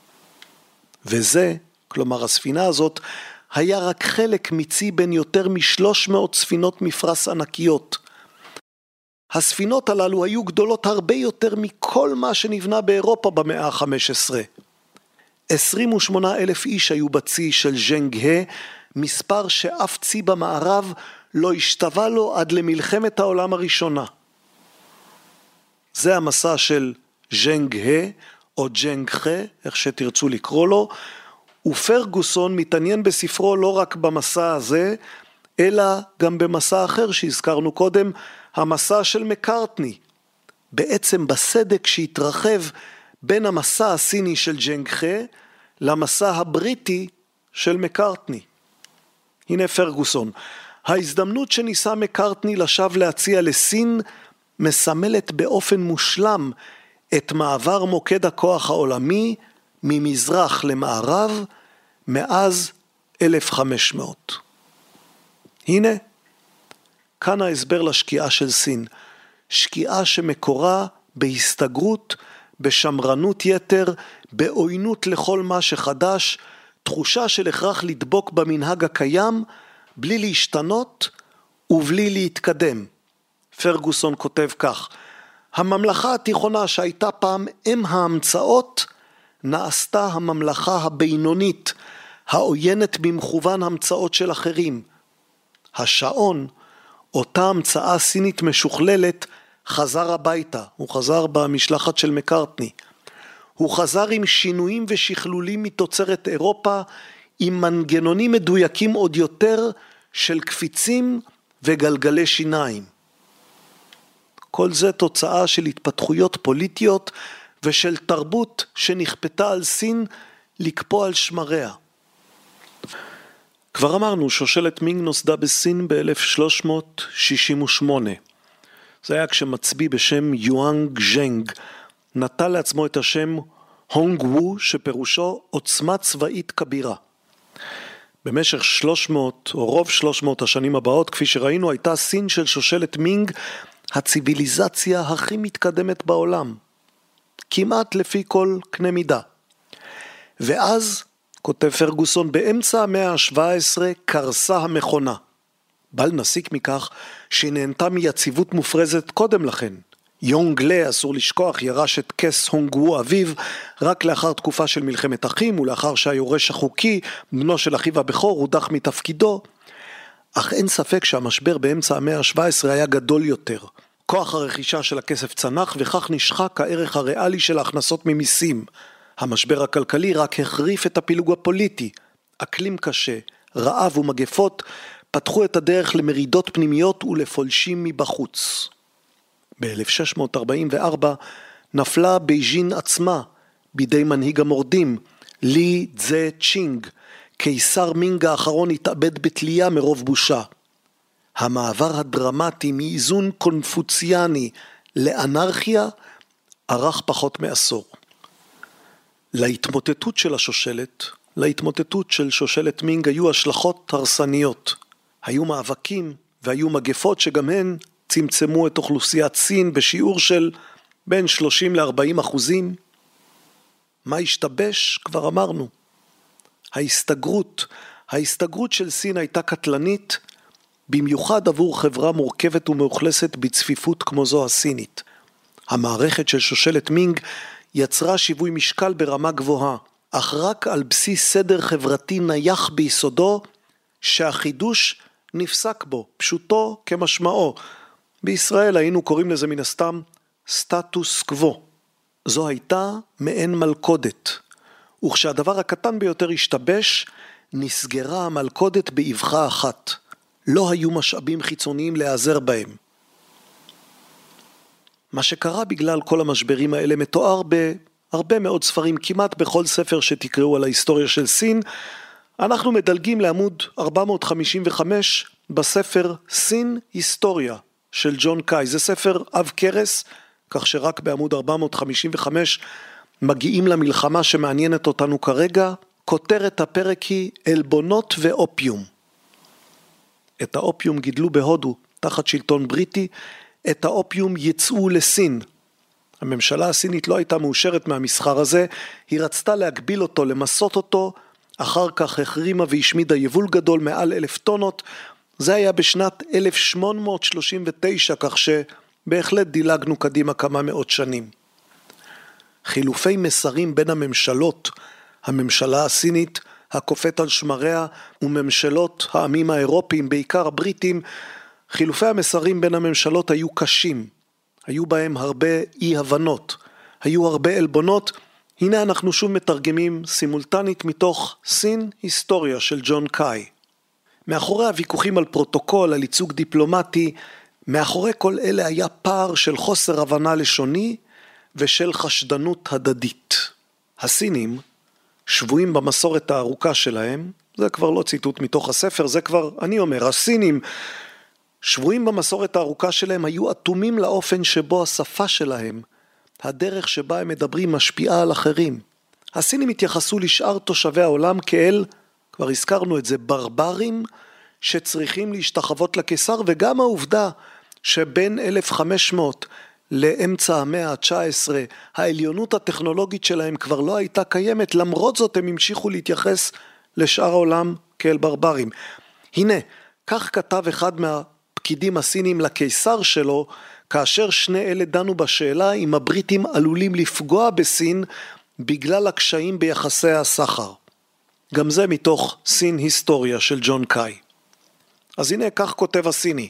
וזה, כלומר הספינה הזאת, היה רק חלק מצי בין יותר משלוש מאות ספינות מפרש ענקיות. הספינות הללו היו גדולות הרבה יותר מכל מה שנבנה באירופה במאה ה-חמש עשרה. עשרים ושמונה אלף איש היו בצי של ז'נג ה', מספר שאף צי במערב לא השתווה לו עד למלחמת העולם הראשונה. זה המסע של ז'נג ה' או ז'נג ח', איך שתרצו לקרוא לו, ופרגוסון מתעניין בספרו לא רק במסע הזה, אלא גם במסע אחר שהזכרנו קודם, המסע של מקארטני. בעצם בסדק שהתרחב בין המסע הסיני של ז'נג ח' למסע הבריטי של מקארטני. הנה פרגוסון. ההזדמנות שניסה מקארטני לשב להציע לסין מסמלת באופן מושלם את מעבר מוקד הכוח העולמי ממזרח למערב מאז אלף וחמש מאות. הנה, כאן ההסבר לשקיעה של סין. שקיעה שמקורה בהסתגרות, בשמרנות יתר, בעוינות לכל מה שחדש, תחושה של הכרח לדבוק במנהג הקיים, בלי להשתנות ובלי להתקדם. פרגוסון כותב כך: הממלכה התיכונה שהייתה פעם אם ההמצאות, נעשתה הממלכה הבינונית, העוינת במכוון המצאות של אחרים. השעון, אותה המצאה סינית משוכללת, חזר הביתה. הוא חזר במשלחת של מקארטני. הוא חזר עם שינויים ושכלולים מתוצרת אירופה, עם מנגנונים מדויקים עוד יותר, של קפיצים וגלגלי שיניים. כל זה תוצאה של התפתחויות פוליטיות ושל תרבות שנכפתה על סין לקפוא על שמריה. כבר אמרנו, שושלת מינג נוסדה בסין ב-אלף שלוש מאות שישים ושמונה. זה היה כשמצביא בשם יואנג ז'נג נטל לעצמו את השם הונג וו, שפירושו עוצמה צבאית כבירה. במשך שלוש מאות או רוב שלוש מאות השנים הבאות, כפי שראינו, הייתה סין של שושלת מינג הציביליזציה הכי מתקדמת בעולם, כמעט לפי כל קנה מידה. ואז, כותב פרגוסון, באמצע המאה ה-שבע עשרה קרסה המכונה. בל נסיק מכך שהיא נהנתה מיציבות מופרזת קודם לכן. יונג לי, אסור לשכוח, ירש את כס הונג וו אביו רק לאחר תקופה של מלחמת אחים ולאחר שהיורש החוקי, בנו של אחיו הבכור, הודח מתפקידו. אך אין ספק שהמשבר באמצע המאה ה-שבע עשרה היה גדול יותר. כוח הרכישה של הכסף צנח וכך נשחק הערך הריאלי של ההכנסות ממיסים. המשבר הכלכלי רק החריף את הפילוג הפוליטי. אקלים קשה, רעב ומגפות פתחו את הדרך למרידות פנימיות ולפולשים מבחוץ. ב-אלף שש מאות ארבעים וארבע נפלה בייג'ין עצמה בידי מנהיג המורדים, לי צזה צ'ינג. קיסר מינג האחרון התאבד בתלייה מרוב בושה. המעבר הדרמטי מאיזון קונפוציאני לאנרכיה ארך פחות מעשור. להתמוטטות של השושלת, להתמוטטות של שושלת מינג היו השלכות הרסניות. היו מאבקים והיו מגפות שגם הן צמצמו את אוכלוסיית סין בשיעור של בין שלושים ל-ארבעים אחוזים. מה השתבש? כבר אמרנו. ההסתגרות, ההסתגרות של סין הייתה קטלנית, במיוחד עבור חברה מורכבת ומאוכלסת בצפיפות כמו זו הסינית. המערכת של שושלת מינג יצרה שיווי משקל ברמה גבוהה, אך רק על בסיס סדר חברתי נייח ביסודו, שהחידוש נפסק בו, פשוטו כמשמעו. בישראל היינו קוראים לזה מן הסתם סטטוס קוו. זו הייתה מעין מלכודת. וכשהדבר הקטן ביותר השתבש, נסגרה המלכודת באבחה אחת. לא היו משאבים חיצוניים להיעזר בהם. מה שקרה בגלל כל המשברים האלה מתואר בהרבה מאוד ספרים, כמעט בכל ספר שתקראו על ההיסטוריה של סין. אנחנו מדלגים לעמוד ארבע מאות חמישים וחמש בספר סין היסטוריה של ג'ון קאי. זה ספר עב כרס, כך שרק בעמוד ארבע מאות חמישים וחמש מגיעים למלחמה שמעניינת אותנו כרגע. כותרת הפרק היא אלבונות ואופיום. את האופיום גידלו בהודו תחת שלטון בריטי, את האופיום יצאו לסין. הממשלה הסינית לא הייתה מאושרת מהמסחר הזה, היא רצתה להגביל אותו, למסות אותו, אחר כך החרימה והשמידה יבול גדול מעל אלף טונות. זה היה בשנת אלף שמונה מאות שלושים ותשע, כך שבהחלט דילגנו קדימה כמה מאות שנים. חילופי מסרים בין הממשלות, הממשלה הסינית הקופאת על שמריה וממשלות העמים האירופיים, בעיקר הבריטים, חילופי המסרים בין הממשלות היו קשים, היו בהם הרבה אי הבנות, היו הרבה אלבונות. הנה אנחנו שוב מתרגמים סימולטנית מתוך סין היסטוריה של ג'ון קאי. מאחורי הוויכוחים על פרוטוקול, על ייצוג דיפלומטי, מאחורי כל אלה היה פער של חוסר הבנה לשוני ושל חשדנות הדדית. הסינים שבויים במסורת הארוכה שלהם, זה כבר לא ציטוט מתוך הספר, זה כבר אני אומר, הסינים שבויים במסורת הארוכה שלהם, היו אטומים לאופן שבו השפה שלהם, הדרך שבה הם מדברים משפיעה על אחרים. הסינים התייחסו לשאר תושבי העולם כאל, כבר הזכרנו את זה, ברברים שצריכים להשתחוות לקיסר, וגם העובדה שבין אלף וחמש מאות לאמצע המאה ה-תשע עשרה העליונות הטכנולוגית שלהם כבר לא הייתה קיימת, למרות זאת הם המשיכו להתייחס לשאר העולם כאל ברברים. הנה, כך כתב אחד מהפקידים הסינים לקיסר שלו, כאשר שני אלה דנו בשאלה אם הבריטים עלולים לפגוע בסין בגלל הקשיים ביחסי הסחר. גם זה מתוך סין היסטוריה של ג'ון קאי. אז הנה כך כותב הסיני: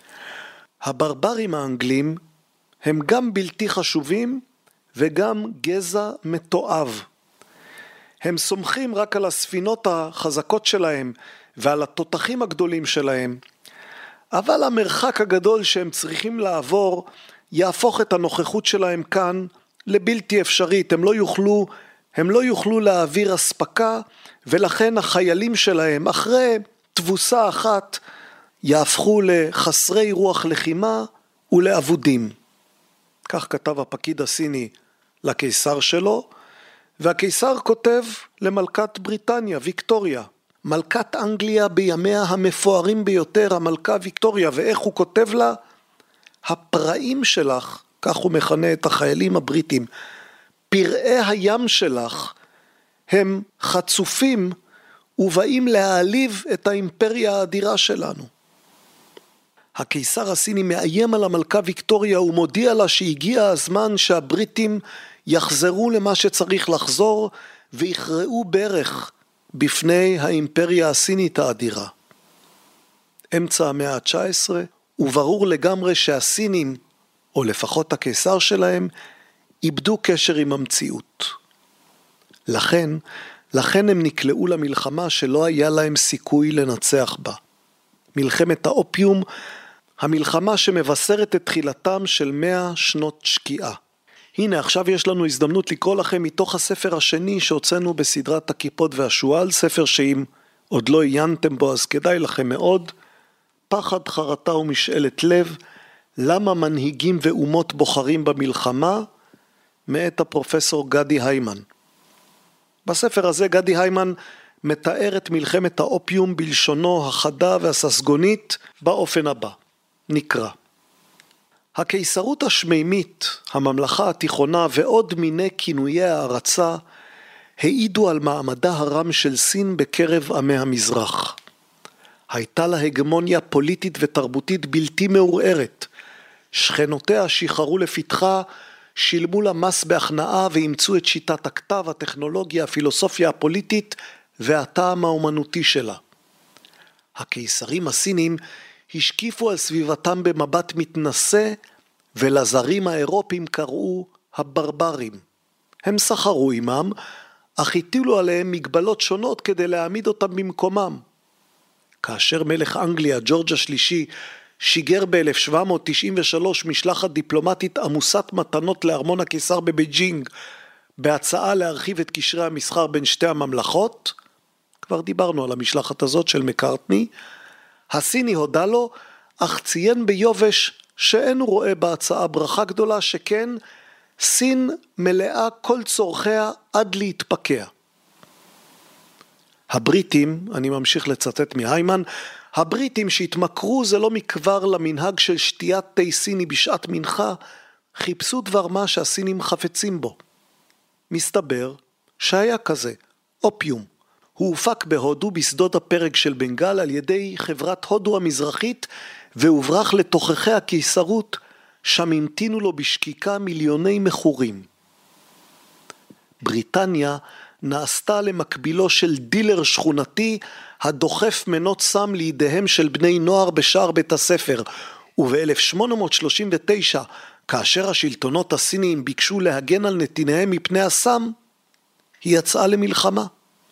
הברברים האנגלים הם גם בלתי חשובים וגם גזע מתועב. הם סומכים רק על הספינות החזקות שלהם ועל התותחים הגדולים שלהם, אבל המרחק הגדול שהם צריכים לעבור יהפוך את הנוכחות שלהם כאן לבלתי אפשרית. הם לא יוכלו, הם לא יוכלו להעביר הספקה, ולכן החיילים שלהם אחרי תבוסה אחת יהפכו לחסרי רוח לחימה ולעבודים. כך כתב הפקיד הסיני לקיסר שלו, והקיסר כותב למלכת בריטניה, ויקטוריה, מלכת אנגליה בימיה המפוארים ביותר, המלכה ויקטוריה, ואיך הוא כותב לה? הפראים שלך, כך הוא מכנה את החיילים הבריטים, פראי הים שלך הם חצופים ובאים להעליב את האימפריה האדירה שלנו. הקיסר הסיני מאיים על המלכה ויקטוריה ומודיע לה שהגיע הזמן שהבריטים יחזרו למה שצריך לחזור ויכרעו ברך בפני האימפריה הסינית האדירה. אמצע המאה ה-תשע עשרה, וברור לגמרי שהסינים, או לפחות הקיסר שלהם, איבדו קשר עם המציאות. לכן, לכן הם נקלעו למלחמה שלא היה להם סיכוי לנצח בה. מלחמת האופיום, המלחמה שמבשרת את תחילתם של מאה שנות שקיעה. הנה, עכשיו יש לנו הזדמנות לקרוא לכם מתוך הספר השני שהוצאנו בסדרת הכיפות והשועל, ספר שאם עוד לא עיינתם בו אז כדאי לכם מאוד, פחד, חרטה ומשאלת לב, למה מנהיגים ואומות בוחרים במלחמה, מאת הפרופסור גדי היימן. בספר הזה גדי היימן מתאר את מלחמת האופיום בלשונו החדה והססגונית באופן הבא. נקרא. הקיסרות השמימית, הממלכה התיכונה ועוד מיני כינויי הערצה העידו על מעמדה הרם של סין בקרב עמי המזרח. הייתה לה הגמוניה פוליטית ותרבותית בלתי מעורערת. שכנותיה שיחרו לפתחה, שילמו לה מס בהכנעה ואימצו את שיטת הכתב, הטכנולוגיה, הפילוסופיה הפוליטית והטעם האומנותי שלה. הקיסרים הסינים השקיפו על סביבתם במבט מתנשא, ולזרים האירופים קראו הברברים. הם סחרו עמם, אך הטילו עליהם מגבלות שונות כדי להעמיד אותם במקומם. כאשר מלך אנגליה, ג'ורג' השלישי, שיגר ב-אלף שבע מאות תשעים ושלוש משלחת דיפלומטית עמוסת מתנות לארמון הקיסר בבייג'ינג, בהצעה להרחיב את קשרי המסחר בין שתי הממלכות, כבר דיברנו על המשלחת הזאת של מקארטני, הסיני הודה לו, אך ציין ביובש שאין הוא רואה בהצעה ברכה גדולה, שכן סין מלאה כל צורכיה עד להתפקע. הבריטים, אני ממשיך לצטט מהיימן, הבריטים שהתמכרו זה לא מכבר למנהג של שתיית תה סיני בשעת מנחה, חיפשו דבר מה שהסינים חפצים בו. מסתבר שהיה כזה, אופיום. הוא הופק בהודו בשדות הפרק של בנגל על ידי חברת הודו המזרחית, והוברח לתוככי הקיסרות, שם המתינו לו בשקיקה מיליוני מכורים. בריטניה נעשתה למקבילו של דילר שכונתי, הדוחף מנות סם לידיהם של בני נוער בשער בית הספר, וב-אלף שמונה מאות שלושים ותשע, כאשר השלטונות הסיניים ביקשו להגן על נתיניהם מפני הסם, היא יצאה למלחמה.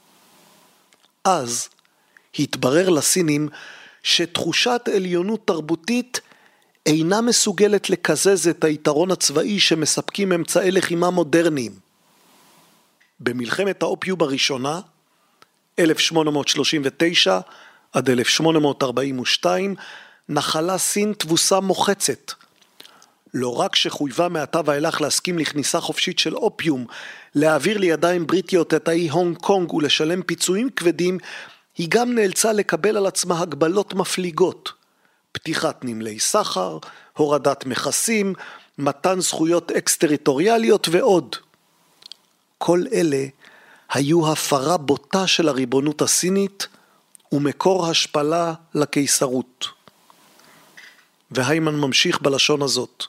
אז התברר לסינים שתחושת עליונות תרבותית אינה מסוגלת לקזז את היתרון הצבאי שמספקים אמצעי לחימה מודרניים. במלחמת האופיום הראשונה, אלף שמונה מאות שלושים ותשע עד אלף שמונה מאות ארבעים ושתיים, נחלה סין תבוסה מוחצת. לא רק שחויבה מעתה ואילך להסכים לכניסה חופשית של אופיום, להעביר לידיים בריטיות את האי הונג קונג ולשלם פיצויים כבדים, היא גם נאלצה לקבל על עצמה הגבלות מפליגות. פתיחת נמלי סחר, הורדת מכסים, מתן זכויות אקס-טריטוריאליות ועוד. כל אלה היו הפרה בוטה של הריבונות הסינית ומקור השפלה לקיסרות. והיימן ממשיך בלשון הזאת.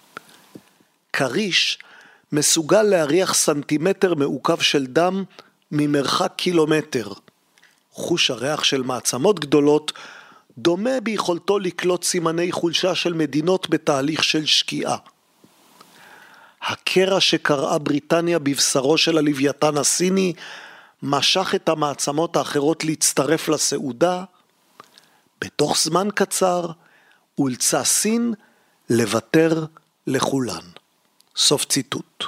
קריש מסוגל להריח סנטימטר מעוקב של דם ממרחק קילומטר. חוש הריח של מעצמות גדולות דומה ביכולתו לקלוט סימני חולשה של מדינות בתהליך של שקיעה. הקרע שקראה בריטניה בבשרו של הלוויתן הסיני משך את המעצמות האחרות להצטרף לסעודה, בתוך זמן קצר אולצה סין לוותר לכולן. סוף ציטוט.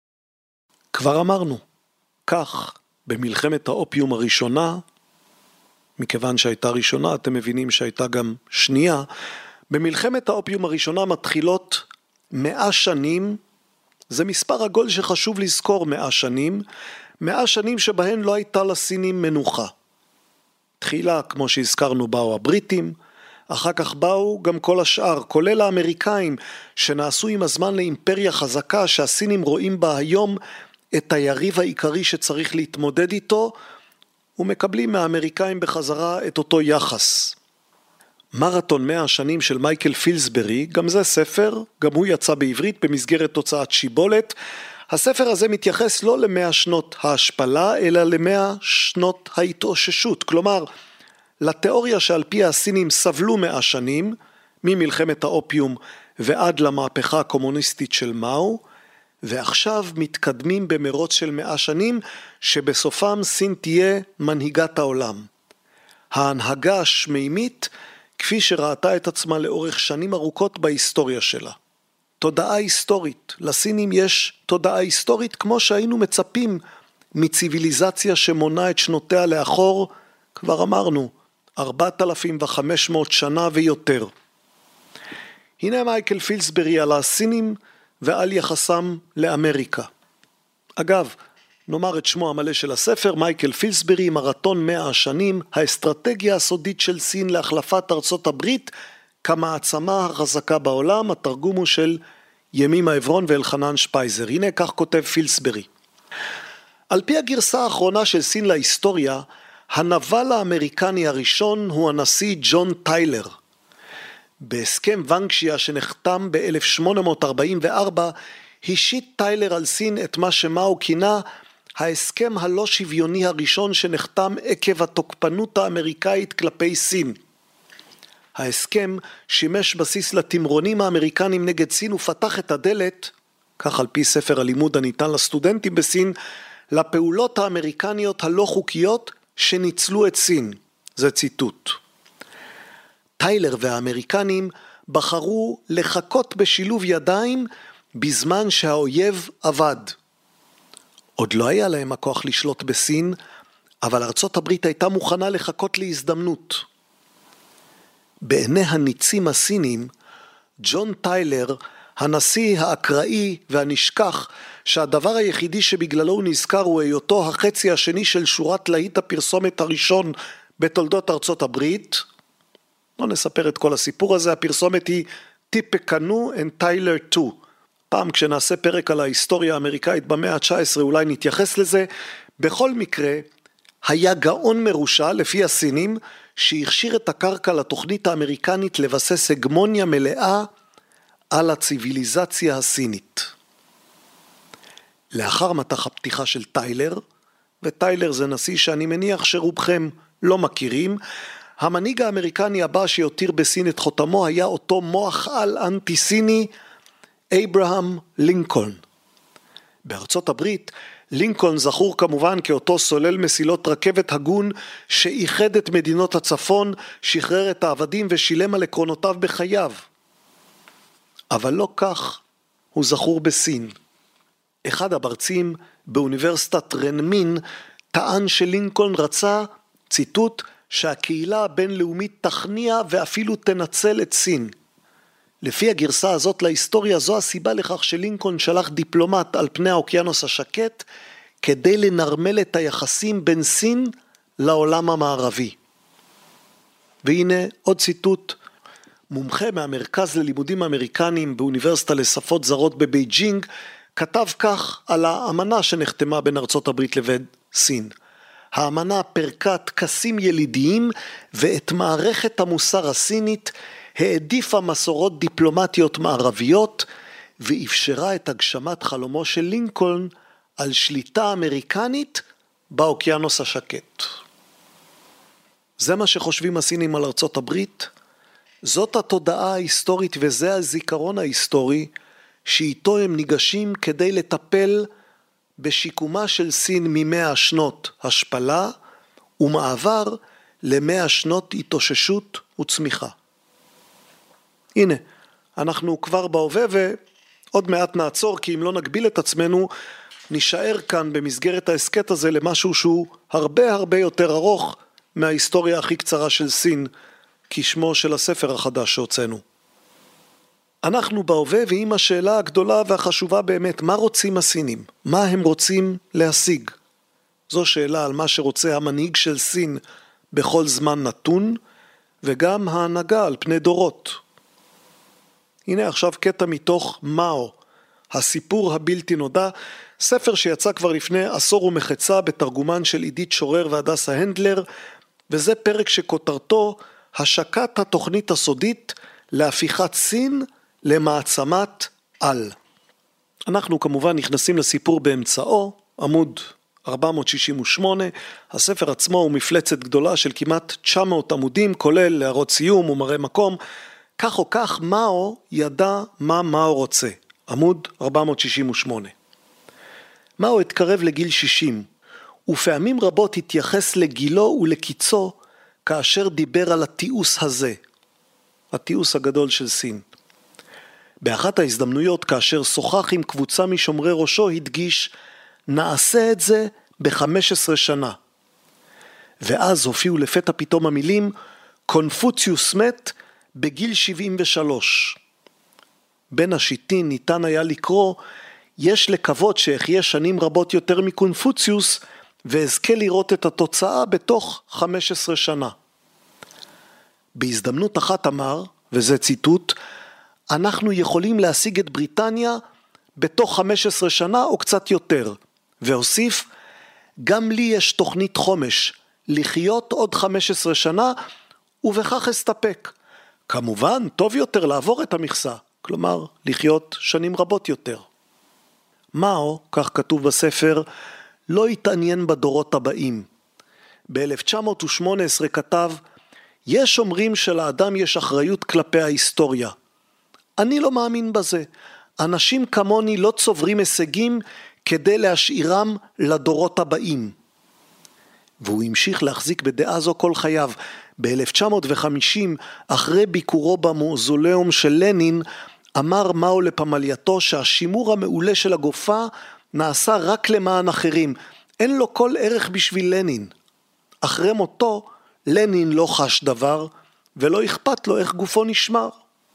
כבר אמרנו, כך במלחמת האופיום הראשונה, מכיוון שהייתה ראשונה, אתם מבינים שהייתה גם שנייה, במלחמת האופיום הראשונה מתחילות מאה שנים, זה מספר עגול שחשוב לזכור מאה שנים, מאה שנים שבהן לא הייתה לסינים מנוחה. תחילה, כמו שהזכרנו, באו הבריטים, אחר כך באו גם כל השאר, כולל האמריקאים, שנעשו עם הזמן לאימפריה חזקה, שהסינים רואים בה היום את היריב העיקרי שצריך להתמודד איתו, ומקבלים מהאמריקאים בחזרה את אותו יחס. מרתון מאה השנים של מייקל פילסברי, גם זה ספר, גם הוא יצא בעברית במסגרת תוצאת שיבולת. הספר הזה מתייחס לא למאה שנות ההשפלה, אלא למאה שנות ההתאוששות. כלומר, לתיאוריה שעל פי הסינים סבלו מאה שנים, ממלחמת האופיום ועד למהפכה הקומוניסטית של מאו, ועכשיו מתקדמים במרוץ של מאה שנים, שבסופם סין תהיה מנהיגת העולם. ההנהגה השמימית, כפי שראתה את עצמה לאורך שנים ארוכות בהיסטוריה שלה. תודעה היסטורית, לסינים יש תודעה היסטורית כמו שהיינו מצפים מציביליזציה שמונה את שנותיה לאחור, כבר אמרנו, ארבעת אלפים וחמש מאות שנה ויותר. הנה מייקל פילסברי על הסינים ועל יחסם לאמריקה. אגב, נאמר את שמו המלא של הספר, מייקל פילסברי, מרתון מאה השנים, האסטרטגיה הסודית של סין להחלפת ארצות הברית, כמעצמה החזקה בעולם, התרגום הוא של ימימה עברון ואלחנן שפייזר. הנה כך כותב פילסברי. על פי הגרסה האחרונה של סין להיסטוריה, הנבל האמריקני הראשון הוא הנשיא ג'ון טיילר. בהסכם ונקשיה שנחתם ב-אלף שמונה מאות ארבעים וארבע, השיט טיילר על סין את מה שמאו כינה ההסכם הלא שוויוני הראשון שנחתם עקב התוקפנות האמריקאית כלפי סין. ההסכם שימש בסיס לתמרונים האמריקנים נגד סין ופתח את הדלת, כך על פי ספר הלימוד הניתן לסטודנטים בסין, לפעולות האמריקניות הלא חוקיות שניצלו את סין. זה ציטוט. טיילר והאמריקנים בחרו לחכות בשילוב ידיים בזמן שהאויב עבד. עוד לא היה להם הכוח לשלוט בסין, אבל ארצות הברית הייתה מוכנה לחכות להזדמנות. בעיני הניצים הסינים, ג'ון טיילר, הנשיא האקראי והנשכח, שהדבר היחידי שבגללו הוא נזכר הוא היותו החצי השני של שורת להיט הפרסומת הראשון בתולדות ארצות הברית. לא נספר את כל הסיפור הזה, הפרסומת היא טיפקנו and טיילר שתיים. פעם כשנעשה פרק על ההיסטוריה האמריקאית במאה ה-תשע עשרה אולי נתייחס לזה. בכל מקרה, היה גאון מרושע לפי הסינים שהכשיר את הקרקע לתוכנית האמריקנית לבסס הגמוניה מלאה על הציביליזציה הסינית. לאחר מתח הפתיחה של טיילר, וטיילר זה נשיא שאני מניח שרובכם לא מכירים, המנהיג האמריקני הבא שיותיר בסין את חותמו היה אותו מוח על אנטי סיני, אברהם לינקולן. בארצות הברית, לינקולן זכור כמובן כאותו סולל מסילות רכבת הגון שאיחד את מדינות הצפון, שחרר את העבדים ושילם על עקרונותיו בחייו. אבל לא כך הוא זכור בסין. אחד המרצים באוניברסיטת רנמין טען שלינקולן רצה, ציטוט, שהקהילה הבינלאומית תכניע ואפילו תנצל את סין. לפי הגרסה הזאת להיסטוריה זו הסיבה לכך שלינקולן שלח דיפלומט על פני האוקיינוס השקט כדי לנרמל את היחסים בין סין לעולם המערבי. והנה עוד ציטוט, מומחה מהמרכז ללימודים אמריקניים באוניברסיטה לשפות זרות בבייג'ינג כתב כך על האמנה שנחתמה בין ארצות הברית לבין סין. האמנה פרקה טקסים ילידיים ואת מערכת המוסר הסינית העדיפה מסורות דיפלומטיות מערביות ואפשרה את הגשמת חלומו של לינקולן על שליטה אמריקנית באוקיינוס השקט. זה מה שחושבים הסינים על ארצות הברית, זאת התודעה ההיסטורית וזה הזיכרון ההיסטורי שאיתו הם ניגשים כדי לטפל בשיקומה של סין ממאה שנות השפלה ומעבר למאה שנות התאוששות וצמיחה. הנה, אנחנו כבר בהווה ועוד מעט נעצור, כי אם לא נגביל את עצמנו, נשאר כאן במסגרת העסקת הזה למשהו שהוא הרבה הרבה יותר ארוך מההיסטוריה הכי קצרה של סין, כשמו של הספר החדש שהוצאנו. אנחנו בהווה, ועם השאלה הגדולה והחשובה באמת, מה רוצים הסינים? מה הם רוצים להשיג? זו שאלה על מה שרוצה המנהיג של סין בכל זמן נתון, וגם ההנהגה על פני דורות. הנה עכשיו קטע מתוך מאו, הסיפור הבלתי נודע, ספר שיצא כבר לפני עשור ומחצה בתרגומן של עידית שורר והדסה הנדלר, וזה פרק שכותרתו השקת התוכנית הסודית להפיכת סין למעצמת על. אנחנו כמובן נכנסים לסיפור באמצעו, עמוד ארבע מאות שישים ושמונה, הספר עצמו הוא מפלצת גדולה של כמעט תשע מאות עמודים, כולל להראות סיום ומראה מקום, כך או כך מאו ידע מה מאו רוצה, עמוד ארבע מאות שישים ושמונה. מאו התקרב לגיל שישים, ופעמים רבות התייחס לגילו ולקיצו, כאשר דיבר על התיעוש הזה, התיעוש הגדול של סין. באחת ההזדמנויות, כאשר שוחח עם קבוצה משומרי ראשו, הדגיש, נעשה את זה ב-חמש עשרה שנה. ואז הופיעו לפתע פתאום המילים, קונפוציוס מת בגיל שבעים ושלוש. בין השיטין ניתן היה לקרוא, יש לקוות שאחיה שנים רבות יותר מקונפוציוס, ואזכה לראות את התוצאה בתוך חמש עשרה שנה. בהזדמנות אחת אמר, וזה ציטוט, אנחנו יכולים להשיג את בריטניה בתוך חמש עשרה שנה או קצת יותר. והוסיף, גם לי יש תוכנית חומש, לחיות עוד חמש עשרה שנה, ובכך אסתפק. כמובן, טוב יותר לעבור את המכסה, כלומר, לחיות שנים רבות יותר. מאו, כך כתוב בספר, לא התעניין בדורות הבאים. ב-אלף תשע מאות ושמונה עשרה כתב, יש אומרים שלאדם יש אחריות כלפי ההיסטוריה. אני לא מאמין בזה. אנשים כמוני לא צוברים הישגים כדי להשאירם לדורות הבאים. והוא המשיך להחזיק בדעה זו כל חייו. ב-אלף תשע מאות וחמישים, אחרי ביקורו במאוזוליאום של לנין, אמר מאו לפמלייתו שהשימור המעולה של הגופה נעשה רק למען אחרים. אין לו כל ערך בשביל לנין. אחרי מותו, לנין לא חש דבר, ולא אכפת לו איך גופו נשמר.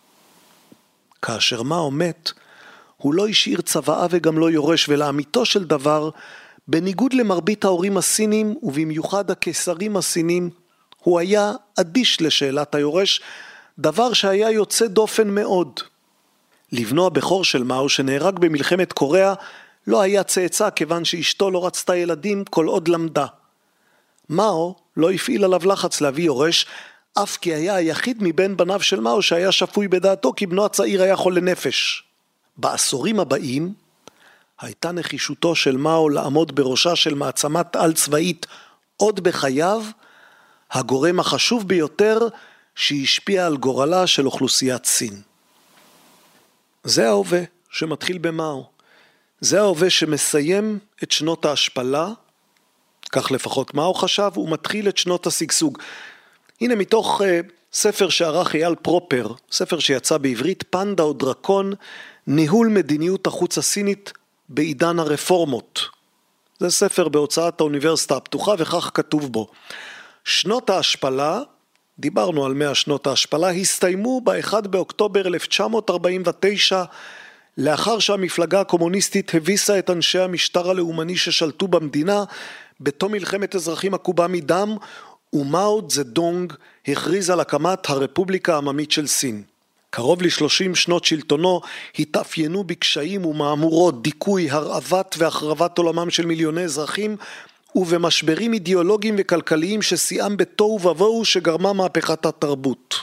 כאשר מאו מת, הוא לא השאיר צוואה וגם לא יורש, ולאמיתו של דבר, בניגוד למרבית ההורים הסינים, ובמיוחד הקיסרים הסינים, הוא היה אדיש לשאלת היורש, דבר שהיה יוצא דופן מאוד. לבנו הבכור של מאו, שנהרג במלחמת קוריאה, לא היה צאצא כיוון שאשתו לא רצתה ילדים כל עוד למדה. מאו לא הפעיל עליו לחץ להביא יורש, אף כי היה היחיד מבין בניו של מאו שהיה שפוי בדעתו, כי בנו הצעיר היה חולה נפש. בעשורים הבאים הייתה נחישותו של מאו לעמוד בראשה של מעצמת על צבאית עוד בחייו, הגורם החשוב ביותר שהשפיע על גורלה של אוכלוסיית סין. זה ההווה שמתחיל במאו. זה ההווה שמסיים את שנות ההשפלה, כך לפחות מאו חשב, הוא מתחיל את שנות השגשוג. הנה מתוך uh, ספר שערך אייל פרופר, ספר שיצא בעברית, פנדה או דרקון, ניהול מדיניות החוץ הסינית בעידן הרפורמות. זה ספר בהוצאת האוניברסיטה הפתוחה, וכך כתוב בו. שנות ההשפלה, דיברנו על מאה שנות ההשפלה, הסתיימו ב-אחד באוקטובר אלף תשע מאות ארבעים ותשע, לאחר שהמפלגה הקומוניסטית הביסה את אנשי המשטר הלאומני ששלטו במדינה, בתום מלחמת אזרחים עקובה מדם, ומאו צדונג הכריז על הקמת הרפובליקה העממית של סין. קרוב ל-שלושים שנות שלטונו התאפיינו בקשיים ומאמורות, דיכוי, הרעבת והחרבת עולמם של מיליוני אזרחים, ובמשברים אידיאולוגיים וכלכליים ששיאם בתוהו ובוהו שגרמה מהפכת התרבות.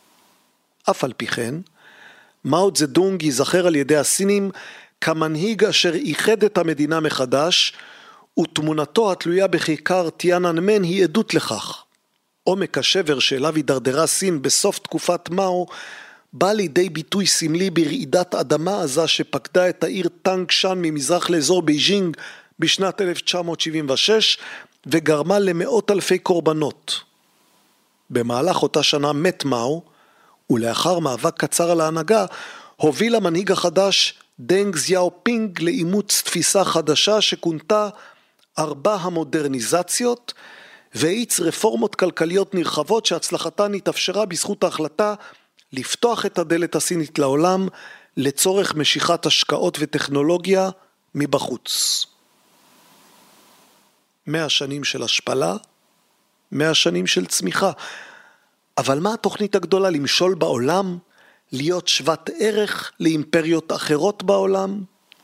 אף על פי כן, מאו צדונג ייזכר על ידי הסינים כמנהיג אשר איחד את המדינה מחדש, ותמונתו התלויה בכיכר טיאננמן היא עדות לכך. עומק השבר שאליו הידרדרה סין בסוף תקופת מאו, בא לידי ביטוי סמלי ברעידת אדמה עזה שפקדה את העיר טנג שאן ממזרח לאזור בייג'ינג בשנת אלף תשע מאות שבעים ושש וגרמה למאות אלפי קורבנות. במהלך אותה שנה מת מאו, ולאחר מאבק קצר על ההנהגה, הוביל המנהיג החדש דנג זיאופינג לאימוץ תפיסה חדשה שכונתה ארבע המודרניזציות, והאיץ רפורמות כלכליות נרחבות שהצלחתן התאפשרה בזכות ההחלטה לפתוח את הדלת הסינית לעולם לצורך משיכת השקעות וטכנולוגיה מבחוץ. מאה שנים של השפלה, מאה שנים של צמיחה. אבל מה התוכנית הגדולה? למשול בעולם? להיות שוות ערך לאימפריות אחרות בעולם?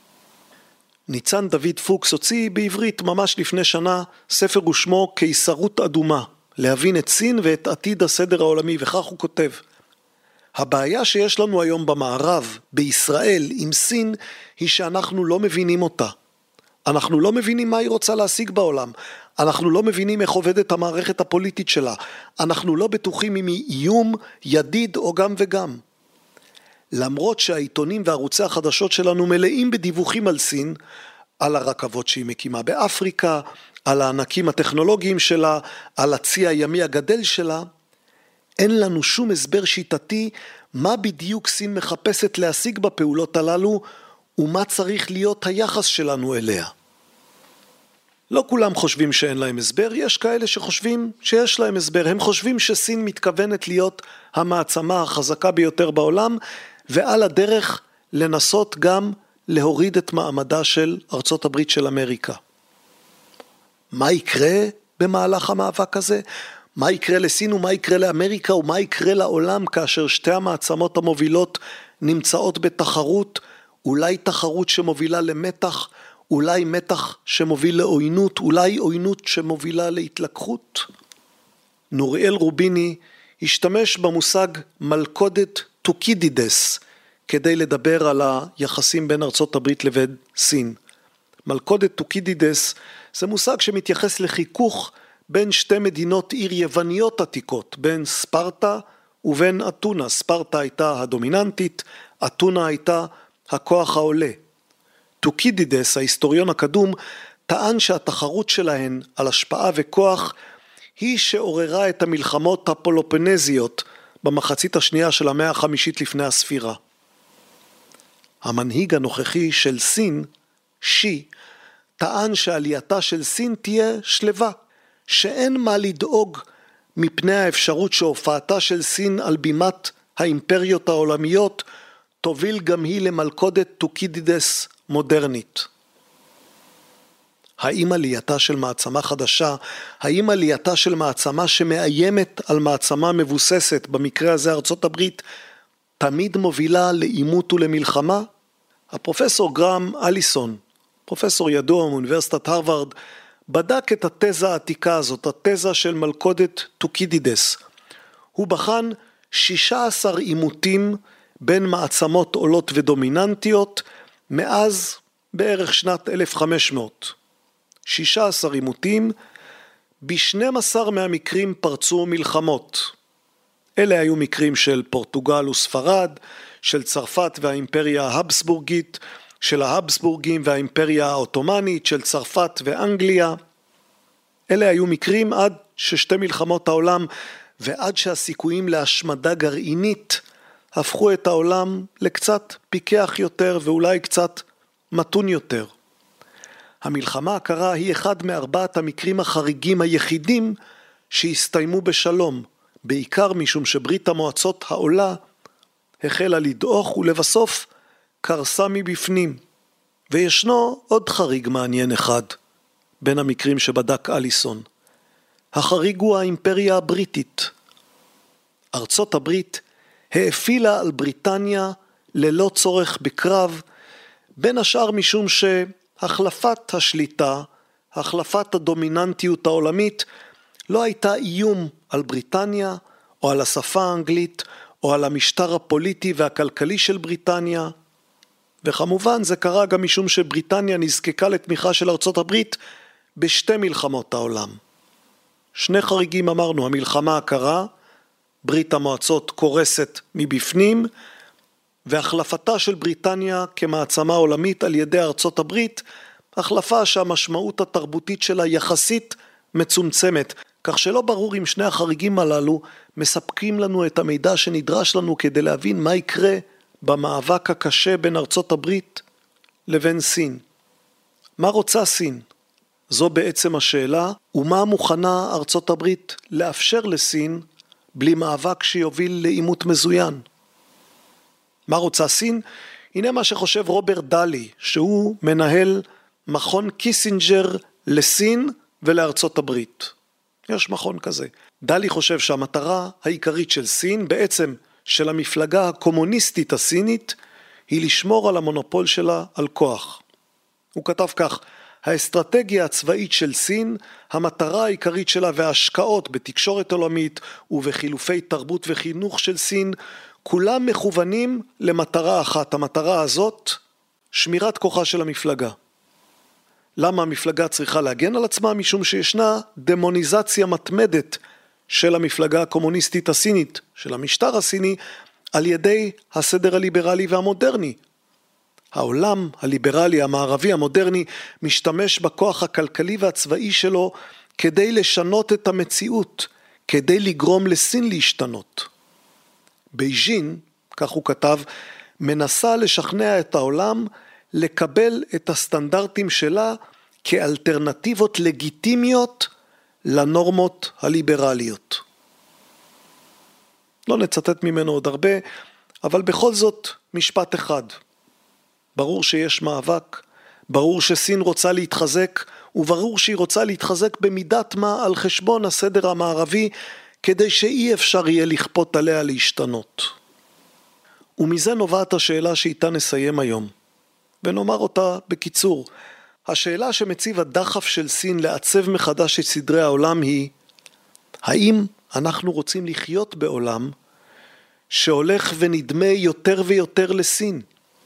ניצן דוד פוקס הוציא בעברית ממש לפני שנה ספר ושמו קיסרות אדומה, להבין את סין ואת עתיד הסדר העולמי, וכך הוא כותב: הבעיה שיש לנו היום במערב, בישראל, עם סין, היא שאנחנו לא מבינים אותה. אנחנו לא מבינים מה היא רוצה להשיג בעולם. אנחנו לא מבינים איך עובדת המערכת הפוליטית שלה. אנחנו לא בטוחים אם היא איום, ידיד או גם וגם. למרות שהעיתונים וערוצי החדשות שלנו מלאים בדיווחים על סין, על הרכבות שהיא מקימה באפריקה, על הענקים הטכנולוגיים שלה, על הצי הימי הגדל שלה, אין לנו שום הסבר שיטתי מה בדיוק סין מחפשת להשיג בפעולות הללו, ומה צריך להיות היחס שלנו אליה. לא כולם חושבים שאין להם הסבר, יש כאלה שחושבים שיש להם הסבר. הם חושבים שסין מתכוונת להיות המעצמה החזקה ביותר בעולם, ועל הדרך לנסות גם להוריד את מעמדה של ארצות הברית של אמריקה. מה יקרה במהלך המאבק הזה? מה יקרה לסין ומה יקרה לאמריקה ומה יקרה לעולם כאשר שתי המעצמות המובילות נמצאות בתחרות, אולי תחרות שמובילה למתח, אולי מתח שמוביל לעוינות, אולי עוינות שמובילה להתלקחות? נוריאל רוביני השתמש במושג מלכודת טוקידידס כדי לדבר על היחסים בין ארצות הברית לבין סין. מלכודת טוקידידס זה מושג שמתייחס לחיכוך בין שתי מדינות עיר יווניות עתיקות, בין ספרטה ובין אתונה. ספרטה הייתה הדומיננטית, אתונה הייתה הכוח העולה. טוקידידס, ההיסטוריון הקדום, טען שהתחרות שלהן על השפעה וכוח היא שעוררה את המלחמות הפלופונזיות במחצית השנייה של המאה החמישית לפני הספירה. המנהיג הנוכחי של סין, שי, טען שעלייתה של סין תהיה שלווה, שאין מה לדאוג מפני האפשרות שהופעתה של סין על בימת האימפריות העולמיות תוביל גם היא למלכודת טוקידידס מודרנית. האם עלייתה של מעצמה חדשה, האם עלייתה של מעצמה שמאיימת על מעצמה מבוססת, במקרה הזה ארצות הברית, תמיד מובילה לעימות ולמלחמה? הפרופסור גרם אליסון, פרופסור ידוע מאוניברסיטת הרווארד, בדק את התזה העתיקה הזאת, התזה של מלכודת טוקידידס. הוא בחן שישה עשר עימותים בין מעצמות עולות ודומיננטיות מאז בערך שנת אלף וחמש מאות. שישה עשר עימותים, ב-שנים עשר מהמקרים פרצו מלחמות. אלה היו מקרים של פורטוגל וספרד, של צרפת והאימפריה ההבסבורגית, של ההבסבורגים והאימפריה האוטומנית, של צרפת ואנגליה. אלה היו מקרים עד ששתי מלחמות העולם ועד שהסיכויים להשמדה גרעינית הפכו את העולם לקצת פיקח יותר ואולי קצת מתון יותר. המלחמה הקרה היא אחד מארבעת המקרים החריגים היחידים שהסתיימו בשלום, בעיקר משום שברית המועצות העולה החלה לדעוך ולבסוף קרסה מבפנים. וישנו עוד חריג מעניין אחד בין המקרים שבדק אליסון. החריג הוא האימפריה הבריטית. ארצות הברית האפילה על בריטניה ללא צורך בקרב, בין השאר משום שהחלפת השליטה, החלפת הדומיננטיות העולמית, לא הייתה איום על בריטניה או על השפה האנגלית או על המשטר הפוליטי והכלכלי של בריטניה. וכמובן זה קרה גם משום שבריטניה נזקקה לתמיכה של ארצות הברית בשתי מלחמות העולם. שני חריגים אמרנו, המלחמה הקרה, ברית המועצות קורסת מבפנים, והחלפתה של בריטניה כמעצמה עולמית על ידי ארצות הברית, החלפה שהמשמעות התרבותית שלה יחסית מצומצמת, כך שלא ברור אם שני החריגים הללו מספקים לנו את המידע שנדרש לנו כדי להבין מה יקרה במאבק הקשה בין ארצות הברית לבין סין. מה רוצה סין? זו בעצם השאלה, ומה מוכנה ארצות הברית לאפשר לסין בלי מאבק שיוביל לעימות מזוין. מה רוצה סין? הנה מה שחושב רוברט דלי, שהוא מנהל מכון קיסינג'ר לסין ולארצות הברית. יש מכון כזה. דלי חושב שהמטרה העיקרית של סין, בעצם של המפלגה הקומוניסטית הסינית, היא לשמור על המונופול שלה על כוח. הוא כתב כך, האסטרטגיה הצבאית של סין, המטרה העיקרית שלה וההשקעות בתקשורת עולמית ובחילופי תרבות וחינוך של סין, כולם מכוונים למטרה אחת. המטרה הזאת, שמירת כוחה של המפלגה. למה המפלגה צריכה להגן על עצמה? משום שישנה דמוניזציה מתמדת של המפלגה הקומוניסטית הסינית, של המשטר הסיני, על ידי הסדר הליברלי והמודרני. העולם הליברלי המערבי המודרני משתמש בכוח הכלכלי והצבאי שלו כדי לשנות את המציאות, כדי לגרום לסין להשתנות. בייג'ין, כך הוא כתב, מנסה לשכנע את העולם לקבל את הסטנדרטים שלה כאלטרנטיבות לגיטימיות לנורמות הליברליות. לא נצטט ממנו עוד הרבה, אבל בכל זאת משפט אחד. ברור שיש מאבק, ברור שסין רוצה להתחזק, וברור שהיא רוצה להתחזק במידת מה על חשבון הסדר המערבי, כדי שאי אפשר יהיה לכפות עליה להשתנות. ומזה נובעת השאלה שאיתה נסיים היום, ונאמר אותה בקיצור. השאלה שמציב הדחף של סין לעצב מחדש את סדרי העולם היא, האם אנחנו רוצים לחיות בעולם שהולך ונדמה יותר ויותר לסין?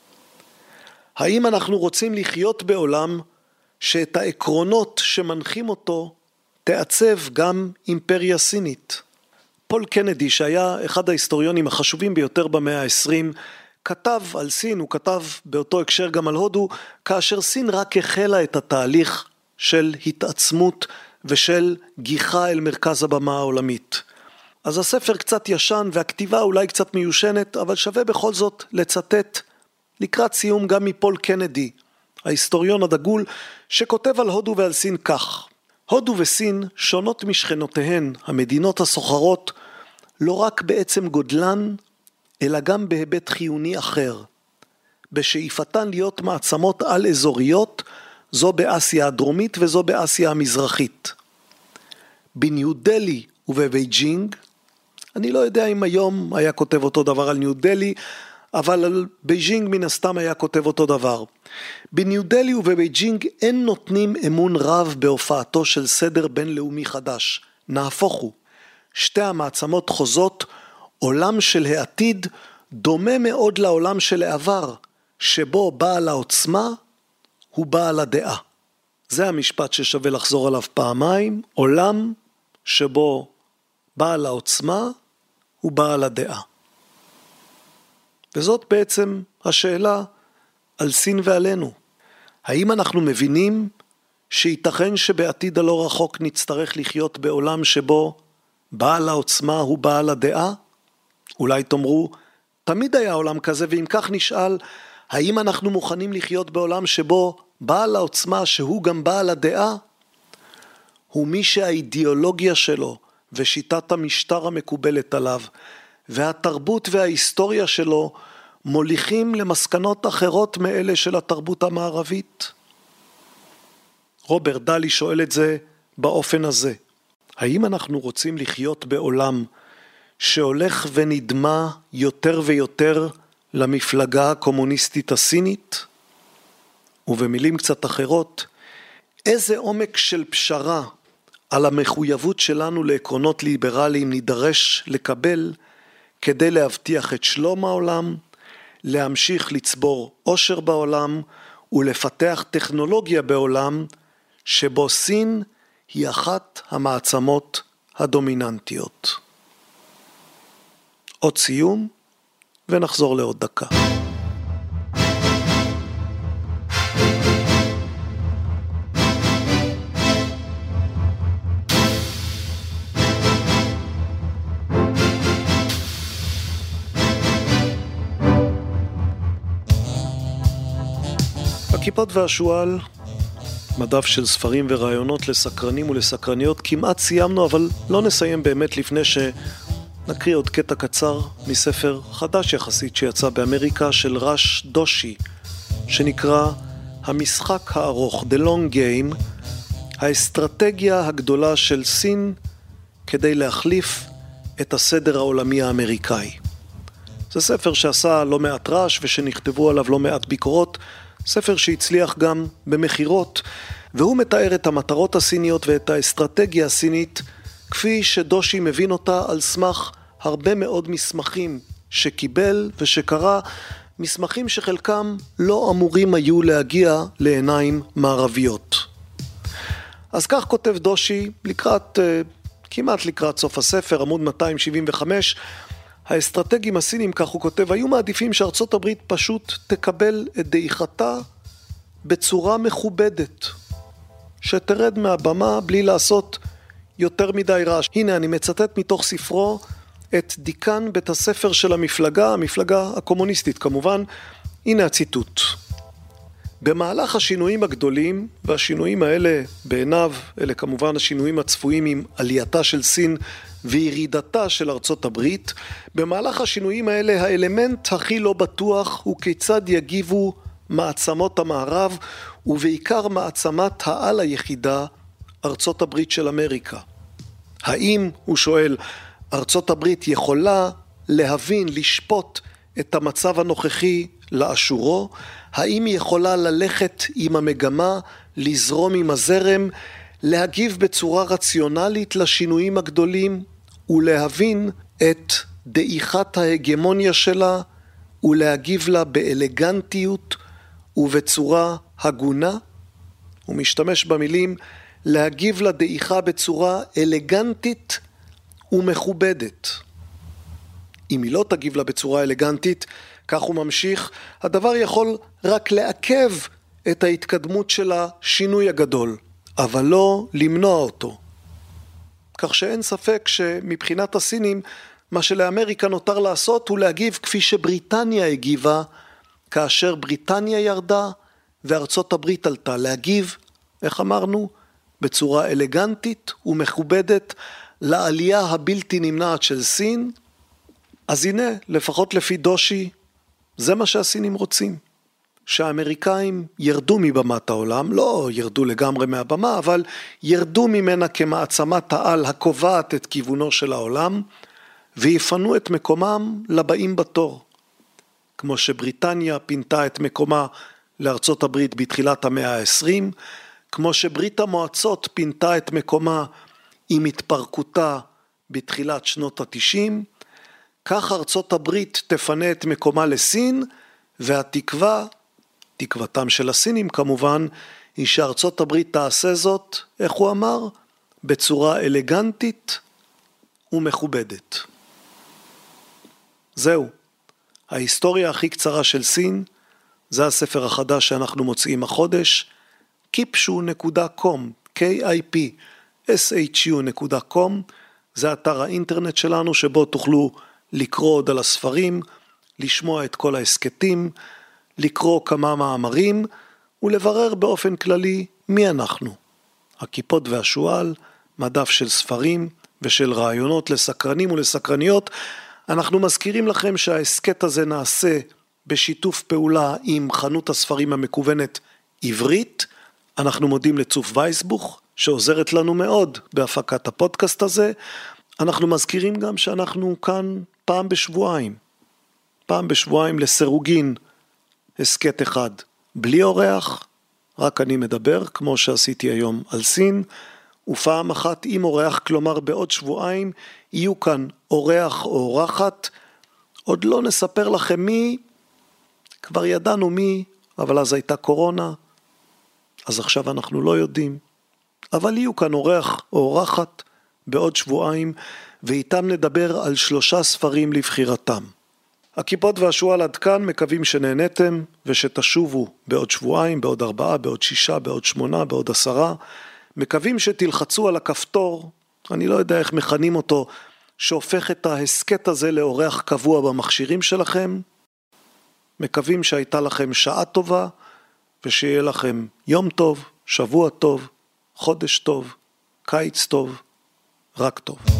האם אנחנו רוצים לחיות בעולם שאת העקרונות שמנחים אותו תעצב גם אימפריה סינית? פול קנדי, שהיה אחד ההיסטוריונים החשובים ביותר במאה ה-עשרים, כתב על סין, הוא כתב באותו הקשר גם על הודו, כאשר סין רק החלה את התהליך של התעצמות ושל גיחה אל מרכז הבמה העולמית. אז הספר קצת ישן והכתיבה אולי קצת מיושנת, אבל שווה בכל זאת לצטט לקראת סיום גם מפול קנדי, ההיסטוריון הדגול, שכותב על הודו ועל סין כך: הודו וסין שונות משכנותיהן, המדינות הסוחרות, לא רק בעצם גודלן, אלא גם בהיבט חיוני אחר. בשאיפתן להיות מעצמות על אזוריות, זו באסיה הדרומית וזו באסיה המזרחית. בניו דלי ובבייג'ינג, אני לא יודע אם היום היה כותב אותו דבר על ניו דלי, אבל על בייג'ינג מן הסתם היה כותב אותו דבר. בניו דלי ובבייג'ינג אין נותנים אמון רב בהופעתו של סדר בינלאומי חדש. נהפוך הוא. שתי המעצמות חוזות עולם של העתיד דומה מאוד לעולם של העבר, שבו בעל העוצמה הוא בעל הדעה. זה המשפט ששווה לחזור עליו פעמיים, עולם שבו בעל העוצמה הוא בעל הדעה. וזאת בעצם השאלה על סין ועלינו. האם אנחנו מבינים שייתכן שבעתיד הלא רחוק נצטרך לחיות בעולם שבו בעל העוצמה הוא בעל הדעה? אולי תאמרו, תמיד היה עולם כזה, ואם כך נשאל, האם אנחנו מוכנים לחיות בעולם שבו בעל העוצמה שהוא גם בעל הדעה? הוא מי שהאידיאולוגיה שלו ושיטת המשטר המקובלת עליו והתרבות וההיסטוריה שלו מוליכים למסקנות אחרות מאלה של התרבות המערבית? רוברט דלי שואל את זה באופן הזה. האם אנחנו רוצים לחיות בעולם שהולך ונדמה יותר ויותר למפלגה הקומוניסטית הסינית? ובמילים קצת אחרות, איזה עומק של פשרה על המחויבות שלנו לעקרונות ליברליים נידרש לקבל כדי להבטיח את שלום העולם, להמשיך לצבור עושר בעולם ולפתח טכנולוגיה בעולם שבו סין היא אחת המעצמות הדומיננטיות. עוד סיום ונחזור לעוד דקה. הכיפות והשואל, מדף של ספרים ורעיונות לסקרנים ולסקרניות, כמעט סיימנו, אבל לא נסיים באמת לפני שנקריא עוד קטע קצר מספר חדש יחסית שיצא באמריקה של ראש דושי, שנקרא המשחק הארוך, The Long Game, האסטרטגיה הגדולה של סין כדי להחליף את הסדר העולמי האמריקאי. זה ספר שעשה לא מעט רעש ושנכתבו עליו לא מעט ביקורות, ספר שהצליח גם במחירות, והוא מתאר את המטרות הסיניות ואת האסטרטגיה הסינית כפי שדושי מבין אותה על סמך הרבה מאוד מסמכים שקיבל ושקרא, מסמכים שחלקם לא אמורים היו להגיע לעיניים מערביות. אז כך כותב דושי לקראת, כמעט לקראת סוף הספר, עמוד מאתיים שבעים וחמש, האסטרטגים הסינים, כך הוא כותב, היו מעדיפים שארצות הברית פשוט תקבל את דעיכתה בצורה מכובדת, שתרד מהבמה בלי לעשות יותר מדי רעש. הנה אני מצטט מתוך ספרו את דיקן בית הספר של המפלגה, המפלגה הקומוניסטית כמובן, הנה הציטוט. במהלך השינויים הגדולים, והשינויים האלה בעיניו, אלה כמובן השינויים הצפויים עם עלייתה של סין וירידתה של ארצות הברית, במהלך השינויים האלה האלמנט הכי לא בטוח הוא כיצד יגיבו מעצמות המערב, ובעיקר מעצמת העל היחידה, ארצות הברית של אמריקה. האם, הוא שואל, ארצות הברית יכולה להבין, לשפוט את המצב הנוכחי לאשורו? האם היא יכולה ללכת עם המגמה, לזרום עם הזרם, להגיב בצורה רציונלית לשינויים הגדולים ולהבין את דעיכת ההגמוניה שלה ולהגיב לה באלגנטיות ובצורה הגונה? הוא משתמש במילים להגיב לדעיכה בצורה אלגנטית ומכובדת. אם היא לא תגיב לה בצורה אלגנטית, כך הוא ממשיך, הדבר יכול רק לעכב את ההתקדמות של השינוי הגדול, אבל לא למנוע אותו. כך שאין ספק שמבחינת הסינים, מה שלאמריקה נותר לעשות הוא להגיב כפי שבריטניה הגיבה, כאשר בריטניה ירדה וארצות הברית עלתה. להגיב, איך אמרנו, בצורה אלגנטית ומכובדת לעלייה הבלתי נמנעת של סין. אז הנה, לפחות לפי דושי, זה מה שהסינים רוצים. שהאמריקאים ירדו מבמת העולם, לא ירדו לגמרי מהבמה, אבל ירדו ממנה כמעצמת העל הקובעת את כיוונו של העולם, ויפנו את מקומם לבאים בתור. כמו שבריטניה פינתה את מקומה לארצות הברית בתחילת המאה ה-עשרים, כמו שברית המועצות פינתה את מקומה עם התפרקותה בתחילת שנות ה-תשעים, כך ארצות הברית תפנה את מקומה לסין, והתקווה, תקוותם של הסינים כמובן, היא שארצות הברית תעשה זאת, איך הוא אמר? בצורה אלגנטית ומכובדת. זהו, ההיסטוריה הכי קצרה של סין, זה הספר החדש שאנחנו מוצאים החודש, קיפשו נקודה קום, קיי איי פי אס אייץ' יו נקודה קום, זה אתר האינטרנט שלנו שבו תוכלו לקרוא עוד על הספרים, לשמוע את כל העסקטים, לקרוא כמה מאמרים ולברר באופן כללי מי אנחנו. הכיפות והשואל, מדף של ספרים ושל רעיונות לסקרנים ולסקרניות. אנחנו מזכירים לכם שהעסקט הזה נעשה בשיתוף פעולה עם חנות הספרים המקוונת עברית. אנחנו מודים לצוף וייסבוך שעוזרת לנו מאוד בהפקת הפודקאסט הזה. אנחנו מזכירים גם שאנחנו כאן פעם בשבועיים. פעם בשבועיים לסירוגין הסקט אחד. בלי אורח, רק אני מדבר כמו שעשיתי היום על סין, ופעם אחת עם אורח, כלומר בעוד שבועיים יהיו כאן אורח או אורחת. עוד לא נספר לכם מי, כבר ידענו מי, אבל אז הייתה קורונה, אז עכשיו אנחנו לא יודעים. אבל יהיו כאן אורח או אורחת בעוד שבועיים, ואיתם נדבר על שלושה ספרים לבחירתם. הכיפות והשואל עד כאן, מקווים שנהנתם ושתשובו בעוד שבועיים, בעוד ארבעה, בעוד שישה, בעוד שמונה, בעוד עשרה. מקווים שתלחצו על הכפתור, אני לא יודע איך מכנים אותו, שהופך את ההסקט הזה לאורח קבוע במכשירים שלכם. מקווים שהייתה לכם שעה טובה, ושיהיה לכם יום טוב, שבוע טוב, חודש טוב, קיץ טוב, רק טוב.